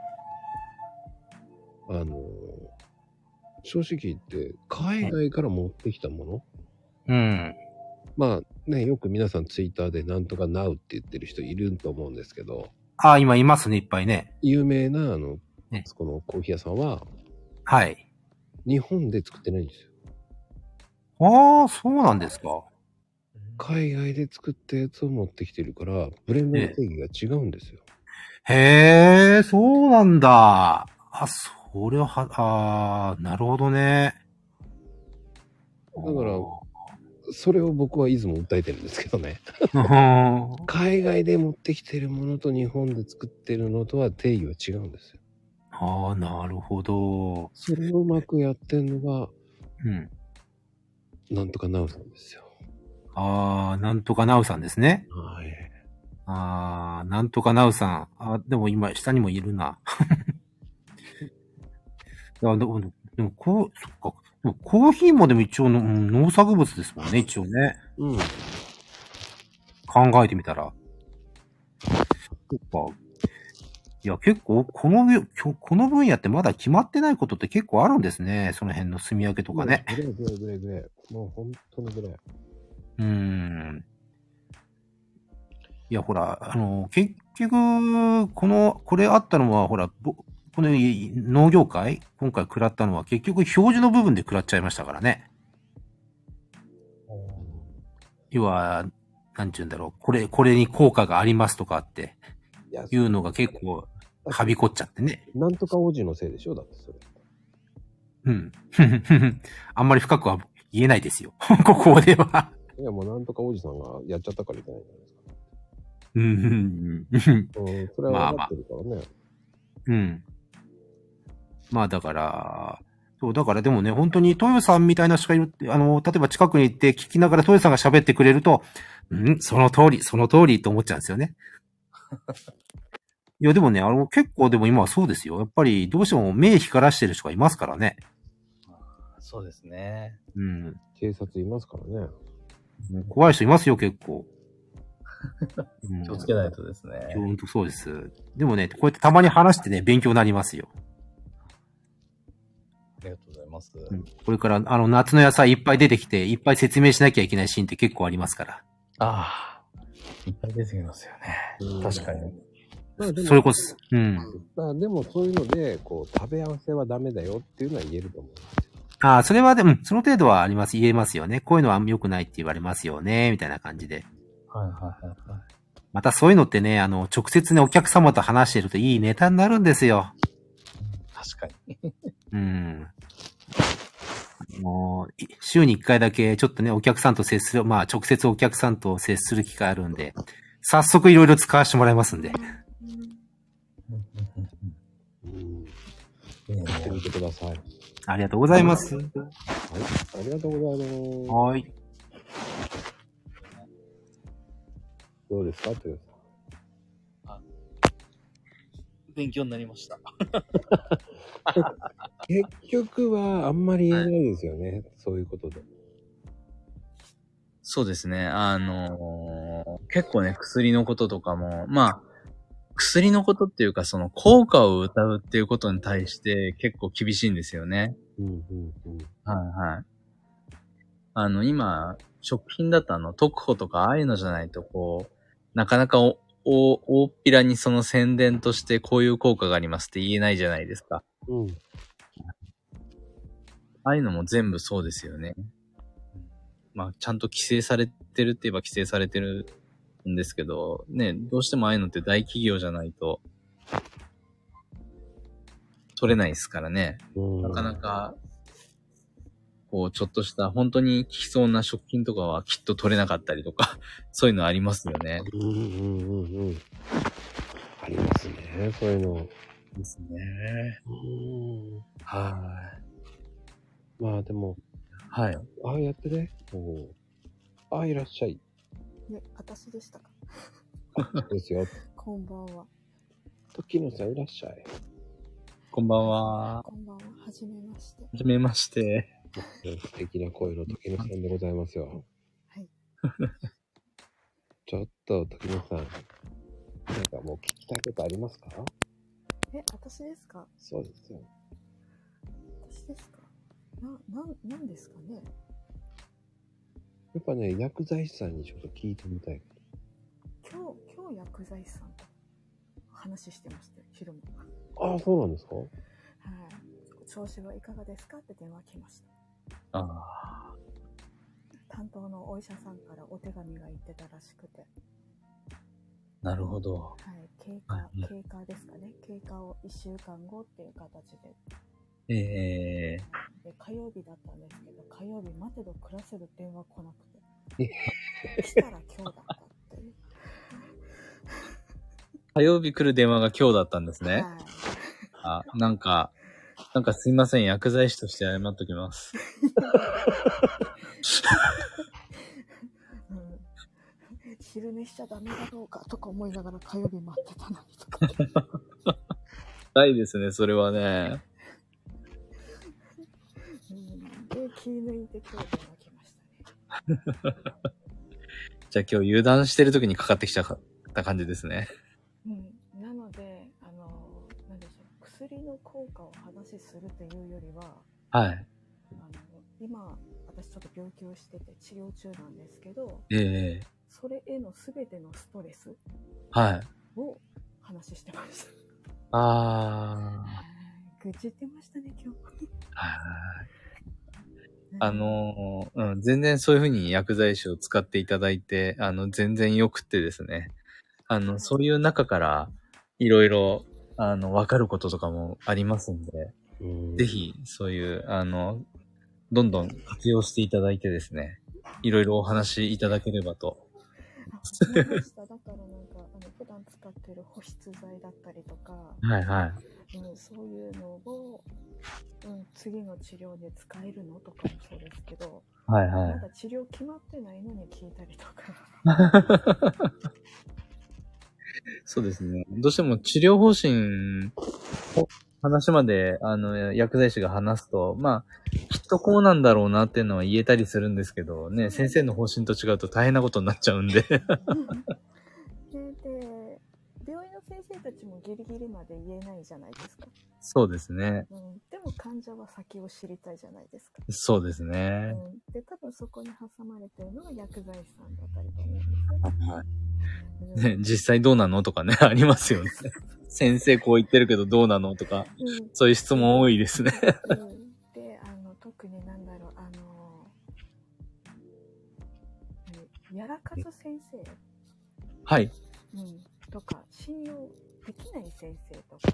正直言って、海外から持ってきたもの、 まあね、よく皆さんツイッターでなんとか NOW って言ってる人いると思うんですけど。 今いますね、いっぱいね。 有名なこのコーヒー屋さんは、 はい。 日本で作ってないんですよ。 そうなんですか。 海外で作ったやつを持ってきてるから、ブレンドの定義が違うんですよ。 へー、そうなんだ。それは、なるほどね。 だから、それを僕はいつも訴えてるんですけどね。海外で持ってきてるものと日本で作ってるのとは定義は違うんですよ。 なるほど。 それをうまくやってんのが、なんとかナウさんですよ。 なんとかナウさんですね。 はい。 なんとかナウさん。でも今、下にもいるな。でもそっか。でもコーヒーもでも一応農作物ですもんね、一応ね。考えてみたら。そっか。いや、結構、この分野ってまだ決まってないことって結構あるんですね。その辺の住み分けとかね。 グレー。もう本当にグレー。いや、ほら、結局、これあったのは、ほら、この農業界、今回食らったのは結局表示の部分で食らっちゃいましたからね。要は、なんて言うんだろう、これに効果がありますとかって、いうのが結構、はびこっちゃってね。 なんとか王子のせいでしょだってそれ。あんまり深くは言えないですよ。ここでは。 いや、もうなんとか王子さんがやっちゃったからいけないじゃないですか。それは分かってるからね。 まあだから、だからでもね、本当に豊さんみたいな人がいるって、例えば近くに行って聞きながら豊さんが喋ってくれると、その通りと思っちゃうんですよね。いやでもね、結構でも今はそうですよ。やっぱりどうしても目光らしてる人がいますからね。 そうですね。 警察いますからね。 怖い人いますよ、結構。 気をつけないとですね。 本当そうです。でもね、こうやってたまに話してね、勉強になりますよ。 ありがとうございます。 これから夏の野菜いっぱい出てきて、いっぱい説明しなきゃいけないシーンって結構ありますから。 いっぱい出てきますよね。確かに。 それこそ。 でもそういうので、食べ合わせはダメだよっていうのは言えると思うんですよ。 それはでも、その程度は言えますよね。こういうのは良くないって言われますよね、みたいな感じで。またそういうのってね、直接ね、お客様と話してるといいネタになるんですよ。 確かに。 もう、週に1回だけちょっとね、お客さんと接する、まあ直接お客さんと接する機会あるんで、早速いろいろ使わせてもらいますんで。 やってみてください。 ありがとうございます。 はい、ありがとうございます。 はい。 どうですか、豊さん。勉強になりました。 結局はあんまり言えないですよね、そういうことで。 そうですね。結構ね、薬のこととかも、薬のことっていうか、その効果を謳うっていうことに対して結構厳しいんですよね。今、食品だと特保とかああいうのじゃないとなかなか大っぴらにその宣伝としてこういう効果がありますって言えないじゃないですか。 ああいうのも全部そうですよね。まあ、ちゃんと規制されてるって言えば規制されてるんですけど、ね、どうしてもああいうのって大企業じゃないと、取れないですからね。なかなか、こう、ちょっとした、本当に効きそうな食品とかはきっと取れなかったりとか、そういうのありますよね。 ありますね、そういうの。 ですね。はい。 まあでも、 はい。 ああやってね、こう、ああいらっしゃい。 ね、私でしたか。 ですよ。 こんばんは。 時野さんいらっしゃい。 こんばんは。 こんばんは。はじめまして。 はじめまして。 素敵な声の時野さんでございますよ。 はい。 ちょっと時野さん、なんかもう聞きたいことありますか？ 私ですか？ そうですよ。 私ですか？なんですかね？ やっぱね、薬剤師さんにちょっと聞いてみたい。 今日薬剤師さんと話してましたよ、昼間。 ああ、そうなんですか？ はい。調子はいかがですかって電話来ました。 ああ。 担当のお医者さんからお手紙が言ってたらしくて。 なるほど。 はい。経過ですかね。経過を1週間後っていう形で。で、火曜日だったんですけど、火曜日待てど暮らせど電話来なくて。来たら今日だったっていう。 火曜日来る電話が今日だったんですね。はい。なんかすいません、薬剤師として謝っときます。 昼寝しちゃダメだろうかとか思いながら火曜日待ってたのにとか。 ないですね、それはね。 で、気抜いて今日電話来ましたね。 じゃあ今日油断してる時にかかってきちゃった感じですね。 なので、なんでしょう、薬の効果を話するというよりは、 はい。 今、私ちょっと病気をしてて治療中なんですけど、それへの全てのストレスを話してました。愚痴ってましたね、今日。全然そういう風に薬剤師を使っていただいて、全然良くてですね。そういう中から、いろいろ、わかることとかもありますんで、ぜひ、そういう、どんどん活用していただいてですね、いろいろお話いただければと。 思いました。だからなんか、普段使ってる保湿剤だったりとか、 はいはい。 そういうのを、次の治療で使えるのとかもそうですけど、 はいはい。 まだ治療決まってないのに聞いたりとか。 そうですね。どうしても治療方針を話まで、薬剤師が話すと、まあ、きっとこうなんだろうなっていうのは言えたりするんですけど、ね、先生の方針と違うと大変なことになっちゃうんで。 で、病院の先生たちもギリギリまで言えないじゃないですか。 そうですね。 でも患者は先を知りたいじゃないですか。 そうですね。 で、多分そこに挟まれてるのが薬剤師さんだったりと思うんですよ。 はい。ね、実際どうなのとかね、ありますよね。先生こう言ってるけどどうなのとか、そういう質問多いですね。 で、特になんだろう、やらかす先生。 はい。 とか、信用できない先生とか。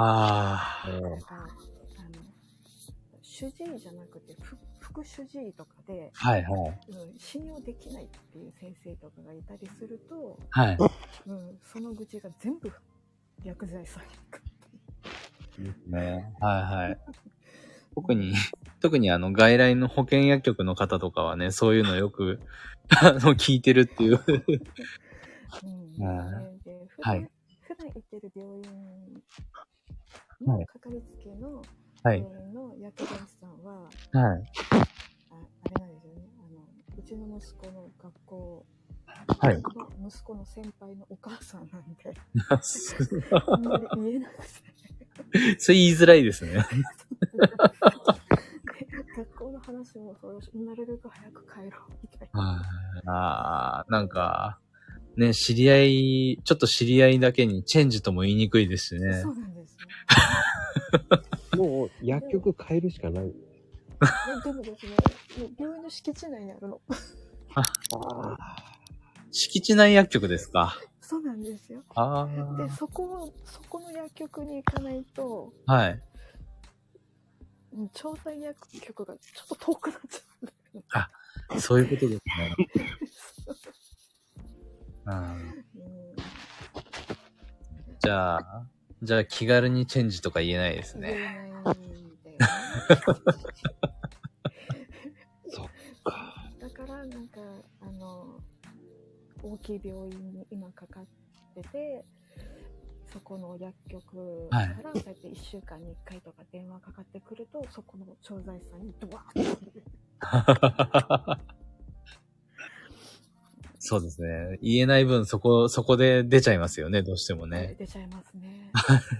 主治医じゃなくて、副主治医とかで、 はいはい。 信用できないっていう先生とかがいたりすると、 はい。 その愚痴が全部薬剤師さんに行く。 ね。はいはい。特に外来の保健薬局の方とかはね、そういうのよく、聞いてるっていう。 はい。普段行ってる病院のかかりつけの病院の薬剤師さんは、あれなんですよね。うちの息子の学校の息子の先輩のお母さんなんで、あんまり言えないですね。 それ言いづらいですね。 学校の話もなるべく早く帰ろうみたいな。なんか、ね、ちょっと知り合いだけにチェンジとも言いにくいですしね。 そうなんですね。 もう薬局変えるしかない。 でもですね、もう病院の敷地内にあるの。 敷地内薬局ですか？ そうなんですよ。で、そこの薬局に行かないと、 はい。 調剤薬局がちょっと遠くなっちゃうんだよね。 あ、そういうことですね。じゃあ気軽にチェンジとか言えないですね。言えないんだよね。 そっか。 だからなんか大きい病院に今かかってて、そこの薬局からそうやって1週間に1回とか電話かかってくると、そこの調剤師さんにドワーッとそうですね。言えない分そこで出ちゃいますよね、どうしてもね。 出ちゃいますね。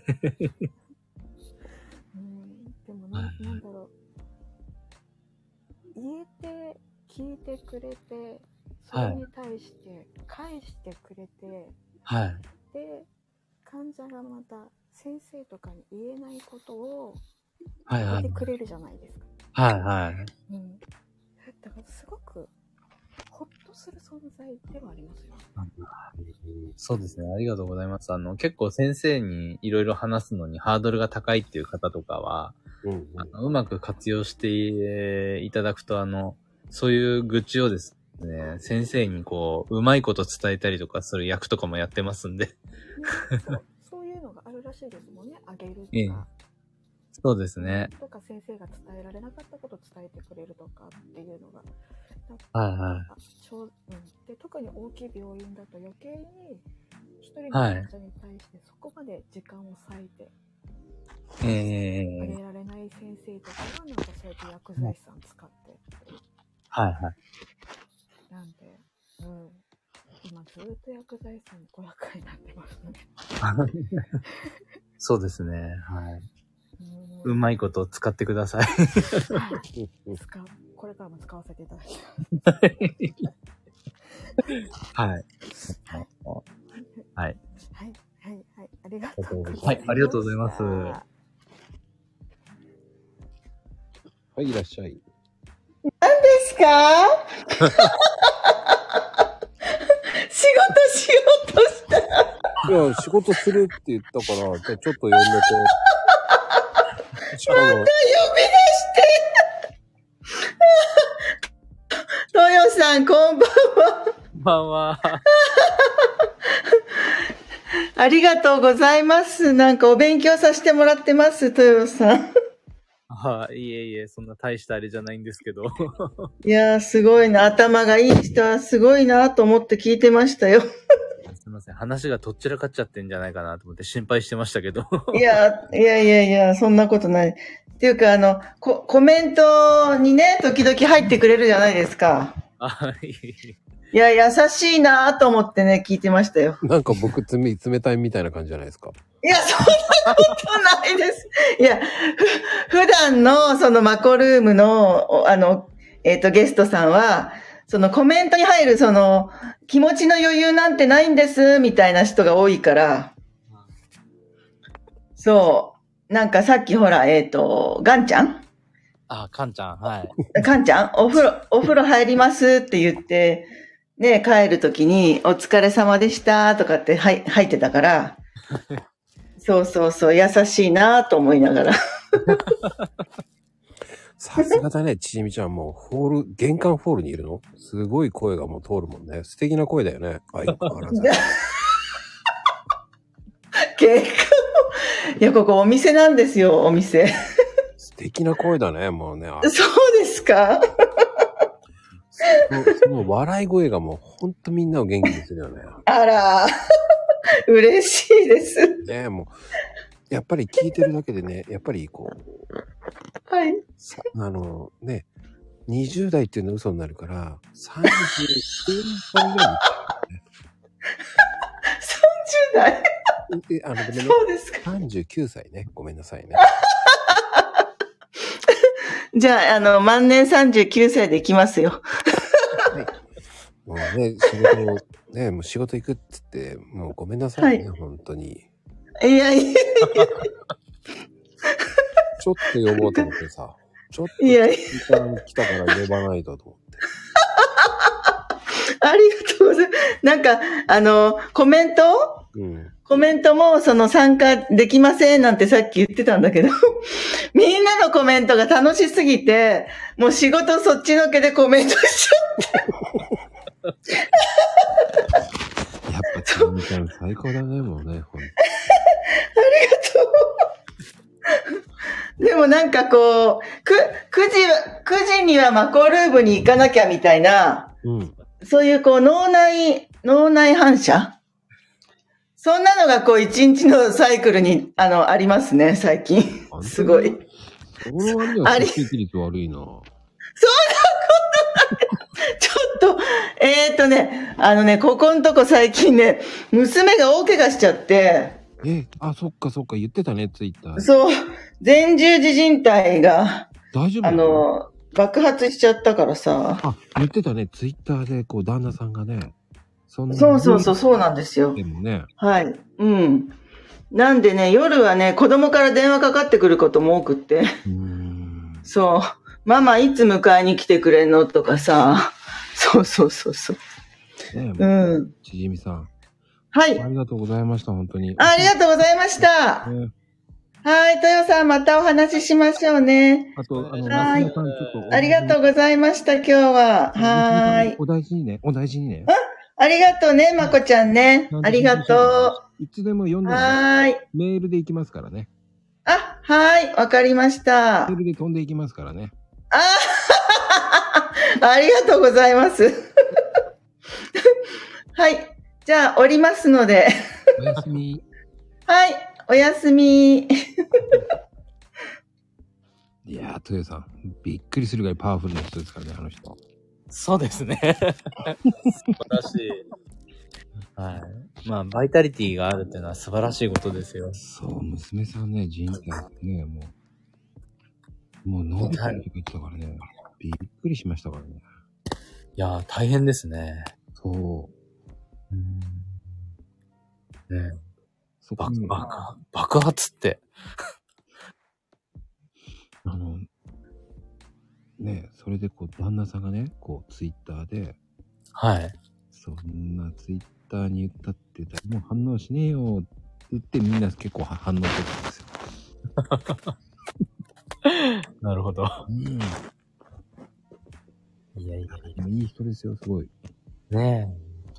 でもなんだろう。言えて聞いてくれて、それに対して返してくれて、 はい。 で、患者がまた先生とかに言えないことを言ってくれるじゃないですか。はいはい。 だからすごくほっとする存在ではありますよ。 そうですね。ありがとうございます。結構先生にいろいろ話すのにハードルが高いっていう方とかは、うまく活用していただくと、そういう愚痴をですね、先生にうまいこと伝えたりとかする役とかもやってますんで。 そういうのがあるらしいですもんね。あげるとか。 そうですね。 とか先生が伝えられなかったことを伝えてくれるとかっていうのが。で、特に大きい病院だと余計に一人の患者に対してそこまで時間を割いてあげられない先生とかはなんかそうやって薬剤師さん使って。なんで、今ずっと薬剤師さんに500回になってますね。 そうですね。はい。うまいこと使ってください。 これからも使わせていただきます。 はい。はい。 ありがとうございます。 はい、ありがとうございます。 はい、いらっしゃい。 何ですか？仕事しようとした。 いや、仕事するって言ったから、じゃあちょっと呼んでて。 また呼び出して。トヨさん、こんばんは。 こんばんは。 ありがとうございます。なんかお勉強させてもらってます、トヨさん。 いえいえ、そんな大したあれじゃないんですけど。 いやー、すごいな。頭がいい人はすごいなと思って聞いてましたよ。 すみません。話がとっちらかっちゃってんじゃないかなと思って心配してましたけど。 いや、そんなことない。っていうか、コメントにね、時々入ってくれるじゃないですか。いや、優しいなと思ってね、聞いてましたよ。 なんか僕冷たいみたいな感じじゃないですか。 いや、そんなことないです。いや、普段のそのマコルームの、ゲストさんは、そのコメントに入るその、気持ちの余裕なんてないんです、みたいな人が多いから、そう。なんかさっきほら、ガンちゃん？ カンちゃん、はい。 カンちゃんお風呂入りますって言って、ね、帰るときに、お疲れ様でしたとかって入ってたから、そう、優しいなと思いながら。 さすがだね、ちじみちゃん。もう玄関ホールにいるの？すごい声がもう通るもんね。素敵な声だよね。相変わらず。 玄関いや、ここお店なんですよ、お店。 素敵な声だね、もうね。 そうですか？ その笑い声がもうほんとみんなを元気にするよね。 あら、嬉しいです。 ね、もう、やっぱり聞いてるだけでね、やっぱりはい。 ね、20代っていうのは嘘になるから、39歳ぐらいに行っちゃうね。 30代ごめんね。 そうですか。 39歳ね。ごめんなさいね。 じゃあ、万年39歳で行きますよ。 はい。もうね、もう仕事行くって言って、もうごめんなさいね、本当に。 いや。 ちょっと呼ぼうと思ってさ。 ちょっと時間来たから呼ばないとと思って。 ありがとうございます。なんか、コメント、コメントも参加できませんなんてさっき言ってたんだけど、みんなのコメントが楽しすぎて、もう仕事そっちのけでコメントしちゃって。 やっぱちなみちゃん最高だね、もうね、ほんと。ありがとう。でもなんかこう、9時にはマコルームに行かなきゃみたいな、そういうこう脳内反射そんなのがこう一日のサイクルにありますね、最近。すごい。 その割には接触率悪いな。そんなことない。ちょっと、ここんとこ最近ね、娘が大怪我しちゃって。 そっか言ってたね、ツイッター。 そう。前十字靭帯が、 大丈夫爆発しちゃったからさ。 言ってたね、ツイッターでこう旦那さんがね。 そうなんですよ。 でもね。 はい。なんでね、夜はね、子供から電話かかってくることも多くって。そう。ママいつ迎えに来てくれんのとかさ。そう。 ちじみさん。 はい。 ありがとうございました、本当に。 ありがとうございました。はい、豊さんまたお話ししましょうね。 あと、 はい。ありがとうございました、今日は。はい。 お大事にね。 ありがとうね、まこちゃんね。ありがとう。いつでも読んでメールで行きますからね。 はい、わかりました。 メールで飛んでいきますからね。 ありがとうございます。はい。じゃあ、降りますので。 おやすみ。 はい、おやすみ。 いやー、豊さん、びっくりするぐらいパワフルな人ですからね、あの人。 そうですね。素晴らしい。はい。まあ、バイタリティがあるっていうのは素晴らしいことですよ。 そう、娘さんね、人体ね、もう伸びてるとか言ってたからね、びっくりしましたからね。 いやー、大変ですね。 そう。 ねえ。爆発って。 ね、それでこう、旦那さんがね、こう、ツイッターで、 はい。 そんなツイッターに言ったって誰も反応しねえよって言ってみんな結構反応してたんですよ。なるほど。いや。 いい人ですよ、すごい。 ね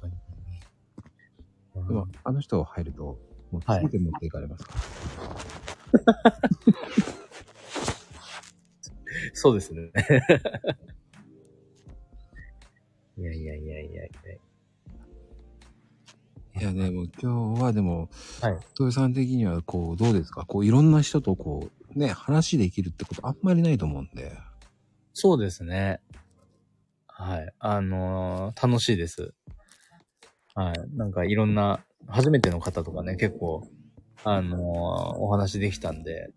え。でも、あの人入ると、もう全て持っていかれますから。 そうですね。いや。 いやね、もう今日はでも、豊さん的にはこう、どうですか？こう、いろんな人とこう、ね、話できるってことあんまりないと思うんで。 そうですね。はい。楽しいです。はい。なんかいろんな、初めての方とかね、結構、お話できたんで、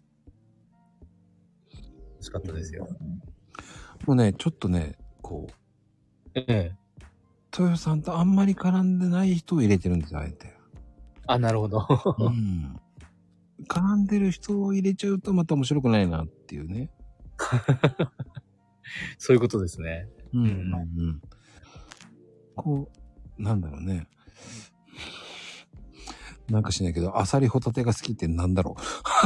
楽しかったですよ。 もうね、ちょっとね、こう、豊さんとあんまり絡んでない人を入れてるんですよ、あえて。 なるほど。 絡んでる人を入れちゃうとまた面白くないなっていうね。 そういうことですね。 こう、なんだろうね。なんかしないけど、アサリホタテが好きってなんだろう。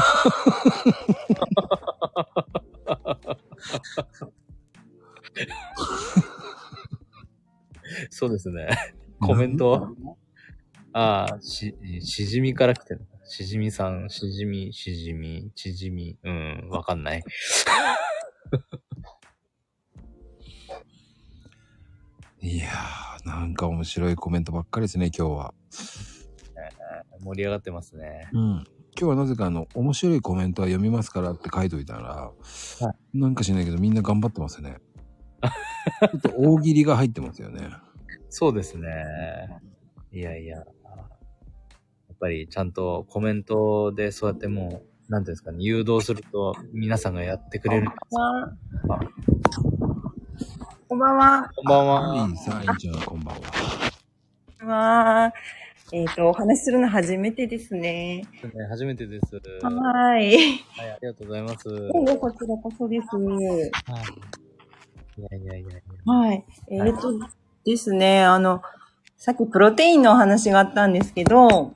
そうですね。コメントしじみから来てる。しじみさん、しじみ、わかんない。 いやー、なんか面白いコメントばっかりですね、今日は。 盛り上がってますね。 今日はなぜか面白いコメントは読みますからって書いといたら、なんかしないけどみんな頑張ってますね。ちょっと大喜利が入ってますよね。 そうですね。いや。やっぱりちゃんとコメントでそうやってもう、なんていうんですかね、誘導すると皆さんがやってくれる。 こんばんは。 こんばんは。 いいさ、いいじゃん、こんばんは。 お話しするの初めてですね。 初めてです。 はい。 はい、ありがとうございます。 こちらこそです。はい。 いや。 はい。ですね、さっきプロテインのお話があったんですけど、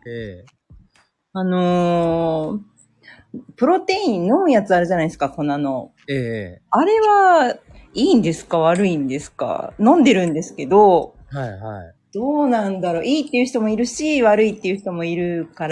プロテイン飲むやつあるじゃないですか、粉の。あれはいいんですか悪いんですか飲んでるんですけど、 はいはい。 どうなんだろういいっていう人もいるし、悪いっていう人もいるから。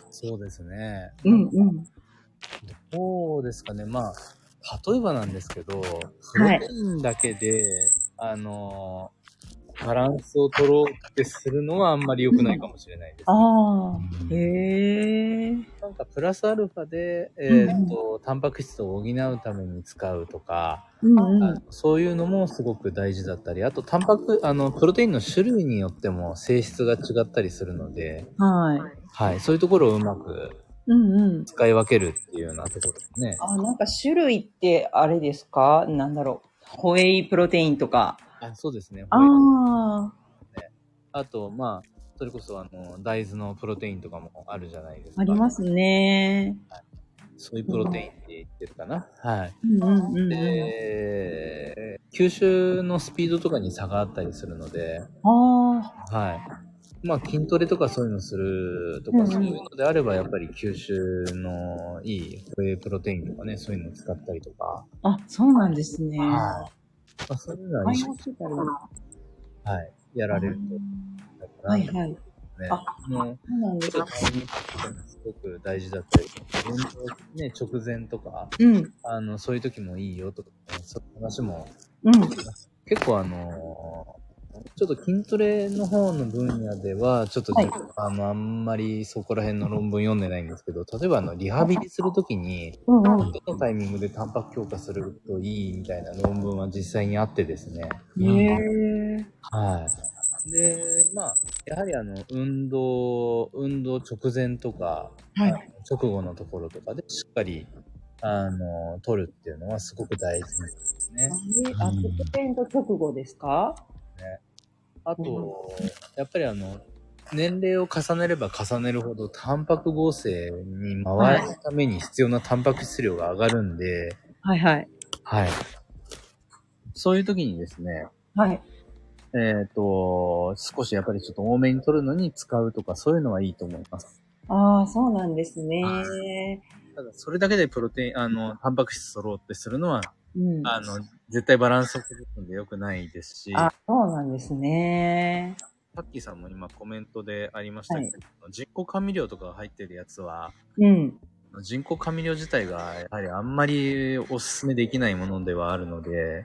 そうですね。 うんうん。 そうですかね。まあ、例えばなんですけど、プロテインだけで、バランスを取ろうってするのはあんまり良くないかもしれないです、ね。 ああ、へえ。 なんかプラスアルファで、タンパク質を補うために使うとか、そういうのもすごく大事だったり、あとプロテインの種類によっても性質が違ったりするので、はい、そういうところをうまく使い分けるっていうようなところですね。 なんか種類ってあれですか？なんだろう。ホエイプロテインとか。 そうですね。あと、まあ、それこそ大豆のプロテインとかもあるじゃないですか。 ありますね。 はい、そういうプロテインって言ってるかな。はい。で、吸収のスピードとかに差があったりするので、はい。まあ、筋トレとかそういうのするとか、そういうのであれば、やっぱり吸収のいいホエイプロテインとかね、そういうのを使ったりとか。 そうなんですね。 はい。そういうのははい。やられると。はいはい。そうなんですね。すごく大事だったり、ね、直前とか、そういう時もいいよとか、そういう話も、結構ちょっと筋トレの方の分野では、ちょっと、あんまりそこら辺の論文読んでないんですけど、例えばリハビリするときに、どのタイミングでタンパク強化するといいみたいな論文は実際にあってですね。はい。で、まあ、やはり運動直前とか、直後のところとかでしっかり、取るっていうのはすごく大事ですね。 直前と直後ですか？ ね。あと、やっぱり年齢を重ねれば重ねるほど、タンパク合成に回るために必要なタンパク質量が上がるんで、はい。そういう時にですね、少しやっぱりちょっと多めに取るのに使うとか、そういうのはいいと思います。 そうなんですね。 ただ、それだけでタンパク質取ろうってするのは、絶対バランスを崩すので良くないですし。 そうなんですね。 さっきさんも今コメントでありましたけど、人工甘味料とかが入ってるやつは、人工甘味料自体がやはりあんまりお勧めできないものではあるので。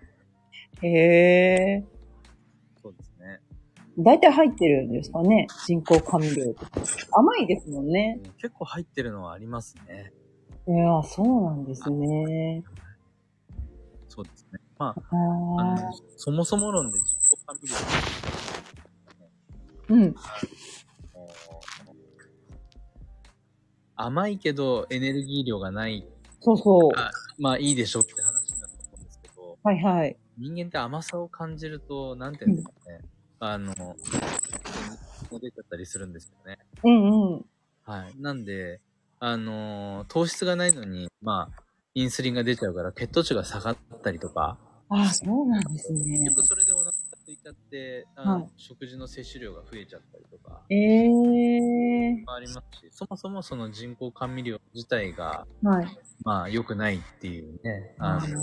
そうですね。 大体入ってるんですかね、人工甘味料とか。甘いですもんね。 結構入ってるのはありますね。 いや、そうなんですね。 そうですね。まあ、そもそも論で人工甘味料。甘いけどエネルギー量がない。まあいいでしょって話だと思うんですけど。人間って甘さを感じると、なんていうんですかね。出ちゃったりするんですよね。はい。なんで、糖質がないのに、まあ、インスリンが出ちゃうから血糖値が下がったりとか。 そうなんですね。 結局それでお腹が空いちゃって、食事の摂取量が増えちゃったりとか。ありますし、そもそもその人工甘味料自体が、まあ良くないっていうね。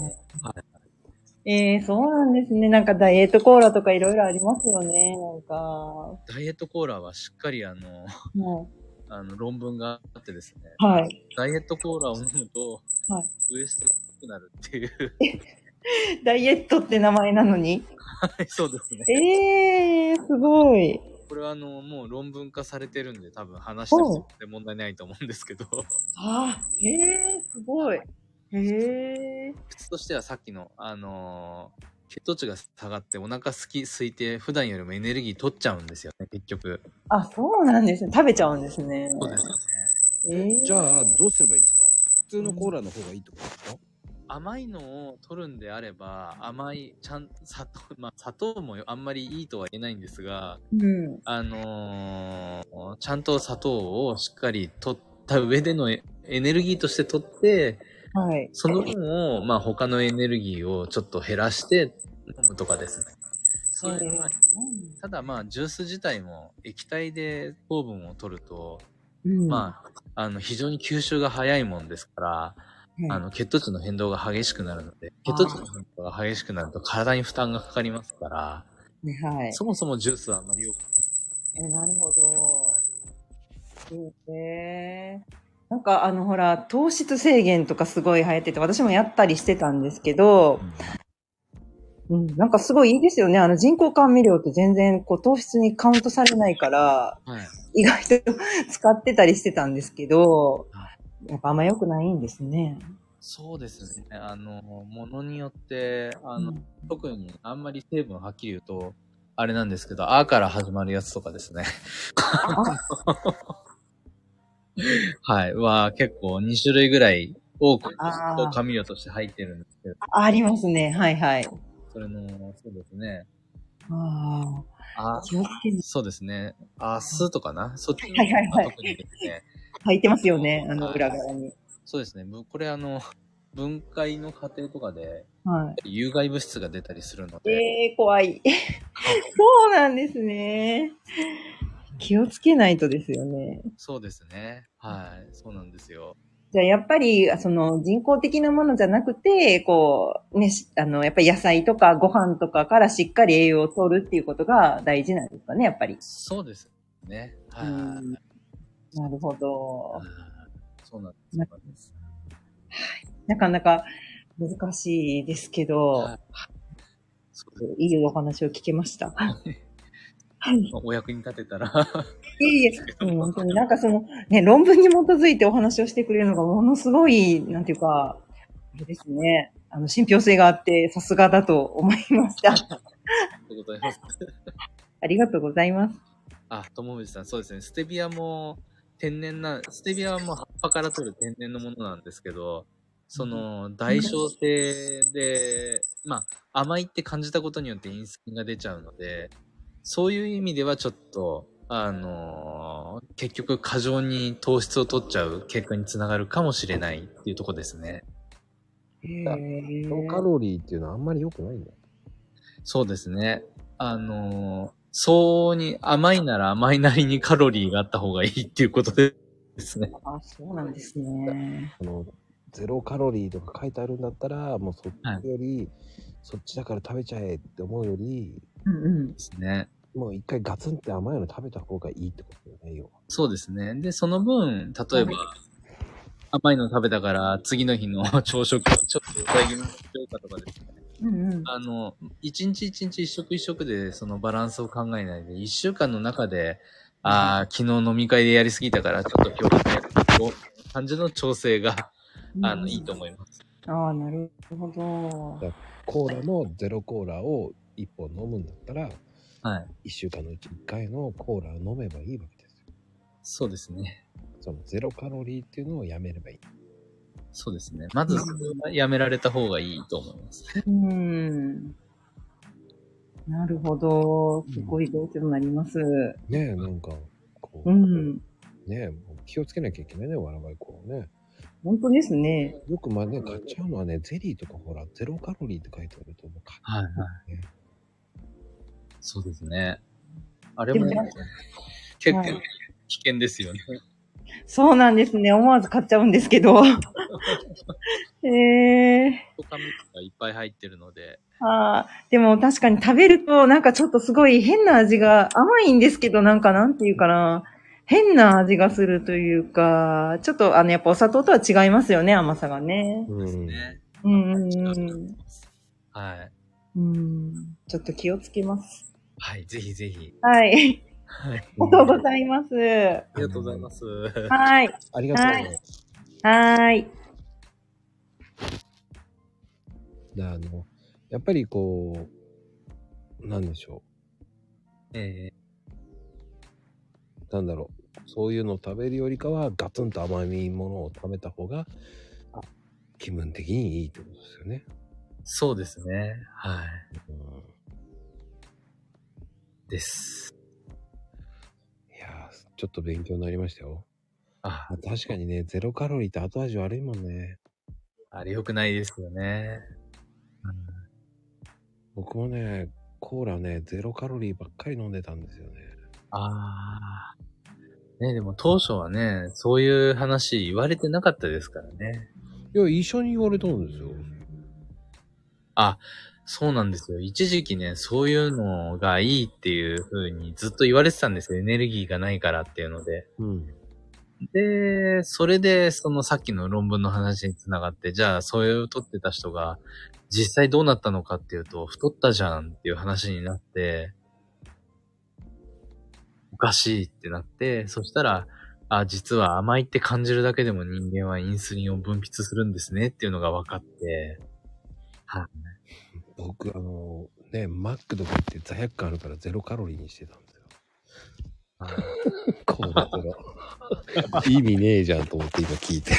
そうなんですね。なんかダイエットコーラとかいろいろありますよね。なんか。 ダイエットコーラはしっかり論文があってですね。ダイエットコーラを飲むと、ウエストが低くなるっていう。 ダイエットって名前なのに？ そうですね。 すごい。 これはもう論文化されてるんで多分話しても問題ないと思うんですけど。 すごい。 普通としてはさっきの、血糖値が下がってお腹空いて普段よりもエネルギー取っちゃうんですよね、結局。 そうなんですね。食べちゃうんですね。 そうですよね。 じゃあ、どうすればいいですか？普通のコーラの方がいいってことですか？ 甘いのを取るんであれば、砂糖もあんまりいいとは言えないんですが、ちゃんと砂糖をしっかり取った上でのエネルギーとして取って、はい。その分を、他のエネルギーをちょっと減らして飲むとかですね。そういう、ただジュース自体も液体で糖分を取ると、非常に吸収が早いもんですから、血糖値の変動が激しくなるので、血糖値の変動が激しくなると体に負担がかかりますから、はい。そもそもジュースはあんまり良くない。 なるほど。なんかほら、糖質制限とかすごい流行ってて、私もやったりしてたんですけど、なんかすごいいいですよね。人工甘味料って全然糖質にカウントされないから、意外と使ってたりしてたんですけど、やっぱあんま良くないんですね。 そうですね。ものによって、特にあんまり成分はっきり言うと、あれなんですけど、あから始まるやつとかですね。はい。結構2種類ぐらい多く甘味料として入ってるんですけど。 ありますね。はいはい。 そうですね。 気をつける。 そうですね。酢とかな。そっちの特にですね。 入ってますよね。裏側に。 そうですね。これ分解の過程とかで、有害物質が出たりするので。 怖い。そうなんですね。気をつけないとですよね。 そうですね。はい。そうなんですよ。 じゃあやっぱり、人工的なものじゃなくて、やっぱり野菜とかご飯とかからしっかり栄養を取るっていうことが大事なんですかね、やっぱり。 そうですね。はい。 なるほど。 そうなんです。 なかなか難しいですけど、いいお話を聞けました。 お役に立てたら。 本当になんか論文に基づいてお話をしてくれるのがものすごい、なんていうか、あれですね。信憑性があって、さすがだと思いました。 ありがとうございます。 ありがとうございます。 友藤さん、そうですね。ステビアも葉っぱから取る天然のものなんですけど、代償性で、甘いって感じたことによってインスキンが出ちゃうので、そういう意味ではちょっと、結局過剰に糖質を取っちゃう結果につながるかもしれないっていうところですね。 カロリーっていうのはあんまり良くないんだよ。 そうですね。そうに甘いなら甘いなりにカロリーがあった方がいいっていうことですね。 そうなんですね。 ゼロカロリーとか書いてあるんだったら、もうそっちより、そっちだから食べちゃえって思うより、 ですね。 もう一回ガツンって甘いの食べた方がいいってことだよね、要は。 そうですね。で、その分、例えば、甘いの食べたから、次の日の朝食、ちょっと抑え気味にしようかとかですね。一日一日一食一食でそのバランスを考えないで、一週間の中で、昨日飲み会でやりすぎたから、ちょっと今日はやる感じの調整が、いいと思います。 なるほど。 コーラもゼロコーラを1本飲むんだったら、1週間のうち1回のコーラを飲めばいいわけですよ。 そうですね。 そのゼロカロリーっていうのをやめればいい。 そうですね。まずそれはやめられた方がいいと思います。 なるほど。すごい勉強になります。 ねえ、なんか、ねえ、気をつけなきゃいけないね、わらばいこうね。 本当ですね。 よく買っちゃうのはね、ゼリーとかほら、ゼロカロリーって書いてあるともう買っちゃうね。そうですね。あれも結構危険ですよね。 そうなんですね。思わず買っちゃうんですけど。 糖化物がいっぱい入ってるので。 でも確かに食べるとなんかちょっとすごい変な味が、甘いんですけどなんていうかな。変な味がするというか、ちょっとやっぱお砂糖とは違いますよね、甘さがね。 そうですね。 はい。ちょっと気をつけます。 はい、ぜひぜひ。 はい。ありがとうございます。 ありがとうございます。 はい。 ありがとうございます。 はい。 やっぱりこう、なんでしょう。なんだろう。そういうのを食べるよりかは、ガツンと甘いものを食べた方が気分的にいいってことですよね。 そうですね。はい。です。 いやー、ちょっと勉強になりましたよ。 あ、 確かにね、ゼロカロリーって後味悪いもんね。 あれ良くないですよね。 僕もね、コーラね、ゼロカロリーばっかり飲んでたんですよね。 ああ。ね、でも当初はね、そういう話言われてなかったですからね。 いや、一緒に言われたんですよ。 あ、そうなんですよ。一時期ね、そういうのがいいっていう風にずっと言われてたんですよ。エネルギーがないからっていうので。 うん。 で、それで、そのさっきの論文の話につながって、じゃあ、それを取ってた人が、実際どうなったのかっていうと、太ったじゃんっていう話になって、おかしいってなって、そしたら、あ、実は甘いって感じるだけでも人間はインスリンを分泌するんですねっていうのが分かって、はい。 僕、ね、マックとか行って罪悪感あるからゼロカロリーにしてたんですよ。コーラゼロ。意味ねえじゃんと思って今聞いて。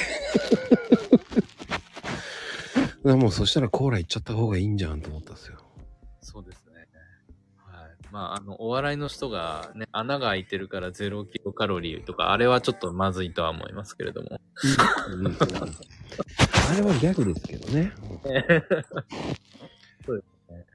もうそしたらコーラ行っちゃった方がいいんじゃんと思ったんですよ。そうですね。 はい。まあ、お笑いの人がね、穴が開いてるから0キロカロリーとか、あれはちょっとまずいとは思いますけれども。 あれはギャグですけどね。 そうですね。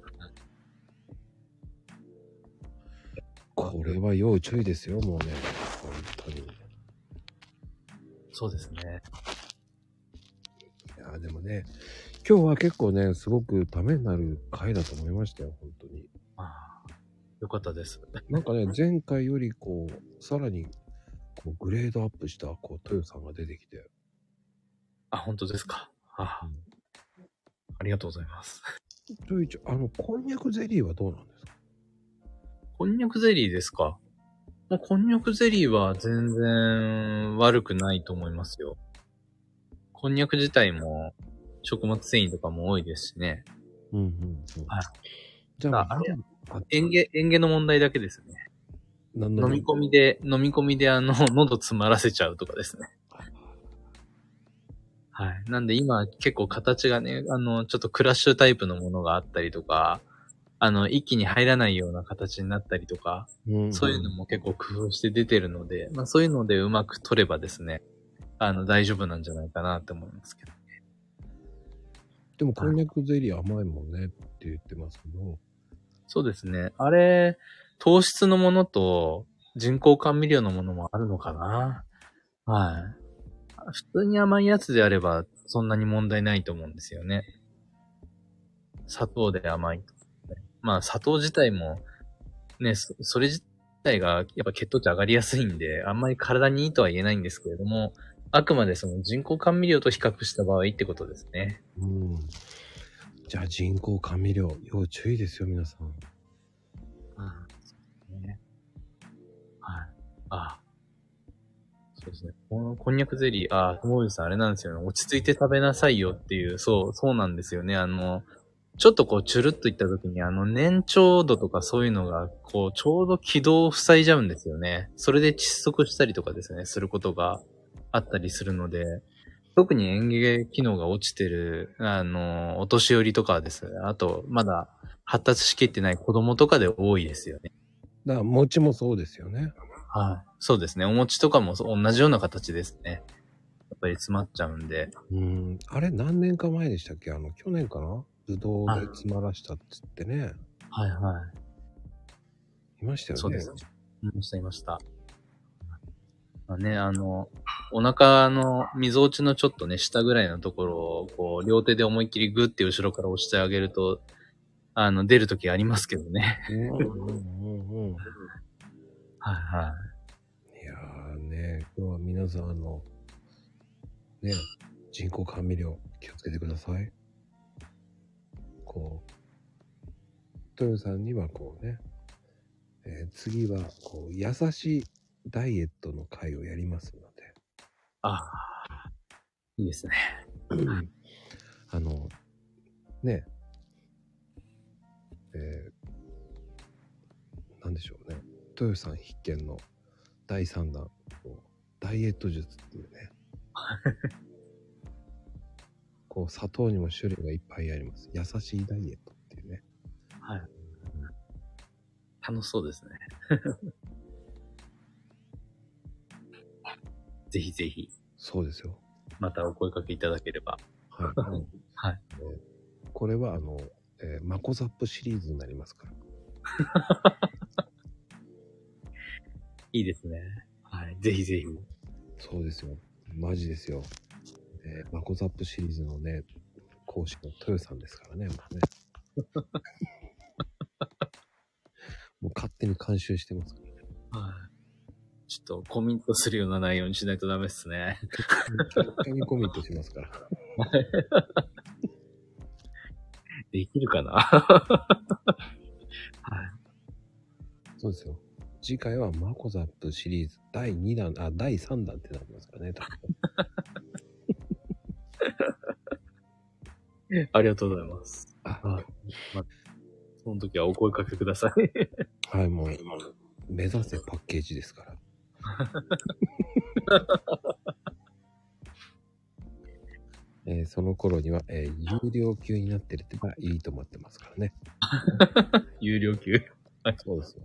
これは要注意ですよ、もうね。本当に。 そうですね。 いや、でもね、今日は結構ね、すごくためになる回だと思いましたよ、本当に。 ああ、よかったです。 なんかね、前回よりさらに、グレードアップした、豊さんが出てきて。 あ、本当ですか。ありがとうございます。 というこんにゃくゼリーはどうなんですか？ こんにゃくゼリーですか？もうこんにゃくゼリーは全然悪くないと思いますよ。こんにゃく自体も食物繊維とかも多いですしね。 うんうんうん。はい。じゃあ、 園芸の問題だけですね。飲み込みで喉詰まらせちゃうとかですね。はい。なんで今結構形がね、ちょっとクラッシュタイプのものがあったりとか、一気に入らないような形になったりとか、そういうのも結構工夫して出てるので、まあそういうのでうまく取ればですね、大丈夫なんじゃないかなって思いますけどね。 でもこんにゃくゼリー甘いもんねって言ってますけど。 そうですね。あれ、糖質のものと人工甘味料のものもあるのかな。はい。普通に甘いやつであればそんなに問題ないと思うんですよね。砂糖で甘いと、ね。まあ砂糖自体もね、それ自体がやっぱ血糖値上がりやすいんで、あんまり体にいいとは言えないんですけれども、あくまでその人工甘味料と比較した場合ってことですね。 じゃあ人工甘味料、要注意ですよ、皆さん。 ね、はい。そうですね。こんにゃくゼリー、ともぶさんあれなんですよね。落ち着いて食べなさいよっていう、そうなんですよね。ちょっとチュルッといった時に粘稠度とかそういうのが、ちょうど軌道を塞いじゃうんですよね。それで窒息したりとかですね、することがあったりするので、特に嚥下機能が落ちてる、お年寄りとかはですね、あと、まだ発達しきってない子供とかで多いですよね。 だから餅もそうですよね。 はい。そうですね。お餅とかも同じような形ですね。やっぱり詰まっちゃうんで。 あれ何年か前でしたっけ？去年かな？ぶどうで詰まらしたって言ってね。 はいはい。 いましたよね。 そうですね。いました。まあね、お腹の溝落ちのちょっとね、下ぐらいのところを、両手で思いっきりグッて後ろから押してあげると、出るときありますけどね。はいはい。 いやーね、今日は皆さんね、人工甘味料気をつけてください。豊さんにはね、次は優しいダイエットの会をやりますので。 いいですね。 ね、なんでしょうね。豊さん必見の第3弾、ダイエット術っていうね。 こう、砂糖にも種類がいっぱいあります。優しいダイエットっていうね。 はい。楽しそうですね。ぜひぜひ。 そうですよ。 またお声かけいただければ。 はい。 はい。 これはマコザップシリーズになりますから。 いいですね。はい。ぜひぜひ。 そうですよ。マジですよ。マコザップシリーズのね、講師の豊さんですからね、もうね。もう勝手に監修してますからね。 はい。ちょっとコミットするような内容にしないとダメっすね。 勝手にコミットしますから。 できるかなはい。 そうですよ。次回はマコザップシリーズ第2弾、第3弾ってなりますからね。 ありがとうございます。その時はお声かけください。 はい、もう、目指せパッケージですから。その頃には、有料級になってるってばいいと思ってますからね。 有料級そうですよ。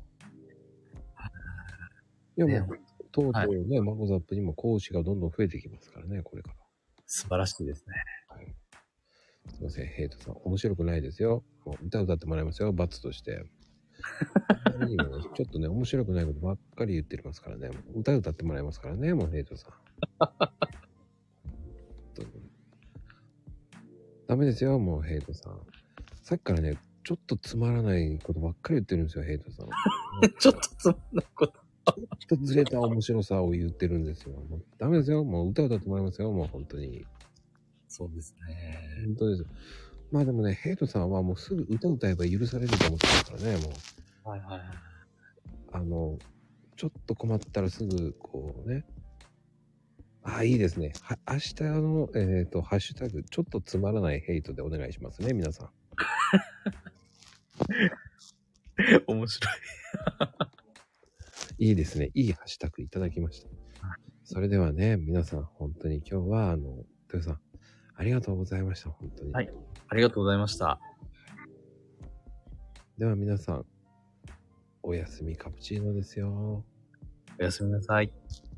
いや、もう、とうとうね、マコザップにも講師がどんどん増えてきますからね、これから。 素晴らしいですね。 はい。すいません、ヘイトさん。面白くないですよ。もう歌ってもらいますよ、罰として。ちょっとね、面白くないことばっかり言ってますからね。歌ってもらいますからね、もうヘイトさん。ダメですよ、もうヘイトさん。さっきからね、ちょっとつまらないことばっかり言ってるんですよ、ヘイトさん。 ちょっとつまらないこと。 ちょっとずれた面白さを言ってるんですよ。もうダメですよ、もう歌ってもらいますよ、もう本当に。 そうですね。 本当です。まあでもね、ヘイトさんはもうすぐ歌えば許されると思ってますからね、もう。 はいはいはい。 ちょっと困ったらすぐ、こうね。いいですね。明日ハッシュタグ、ちょっとつまらないヘイトでお願いしますね、皆さん。 面白い。いいですね。いいハッシュタグいただきました。それではね、皆さん、本当に今日は、豊さん、ありがとうございました、本当に。 はい。ありがとうございました。 では皆さん、おやすみカプチーノですよ。 おやすみなさい。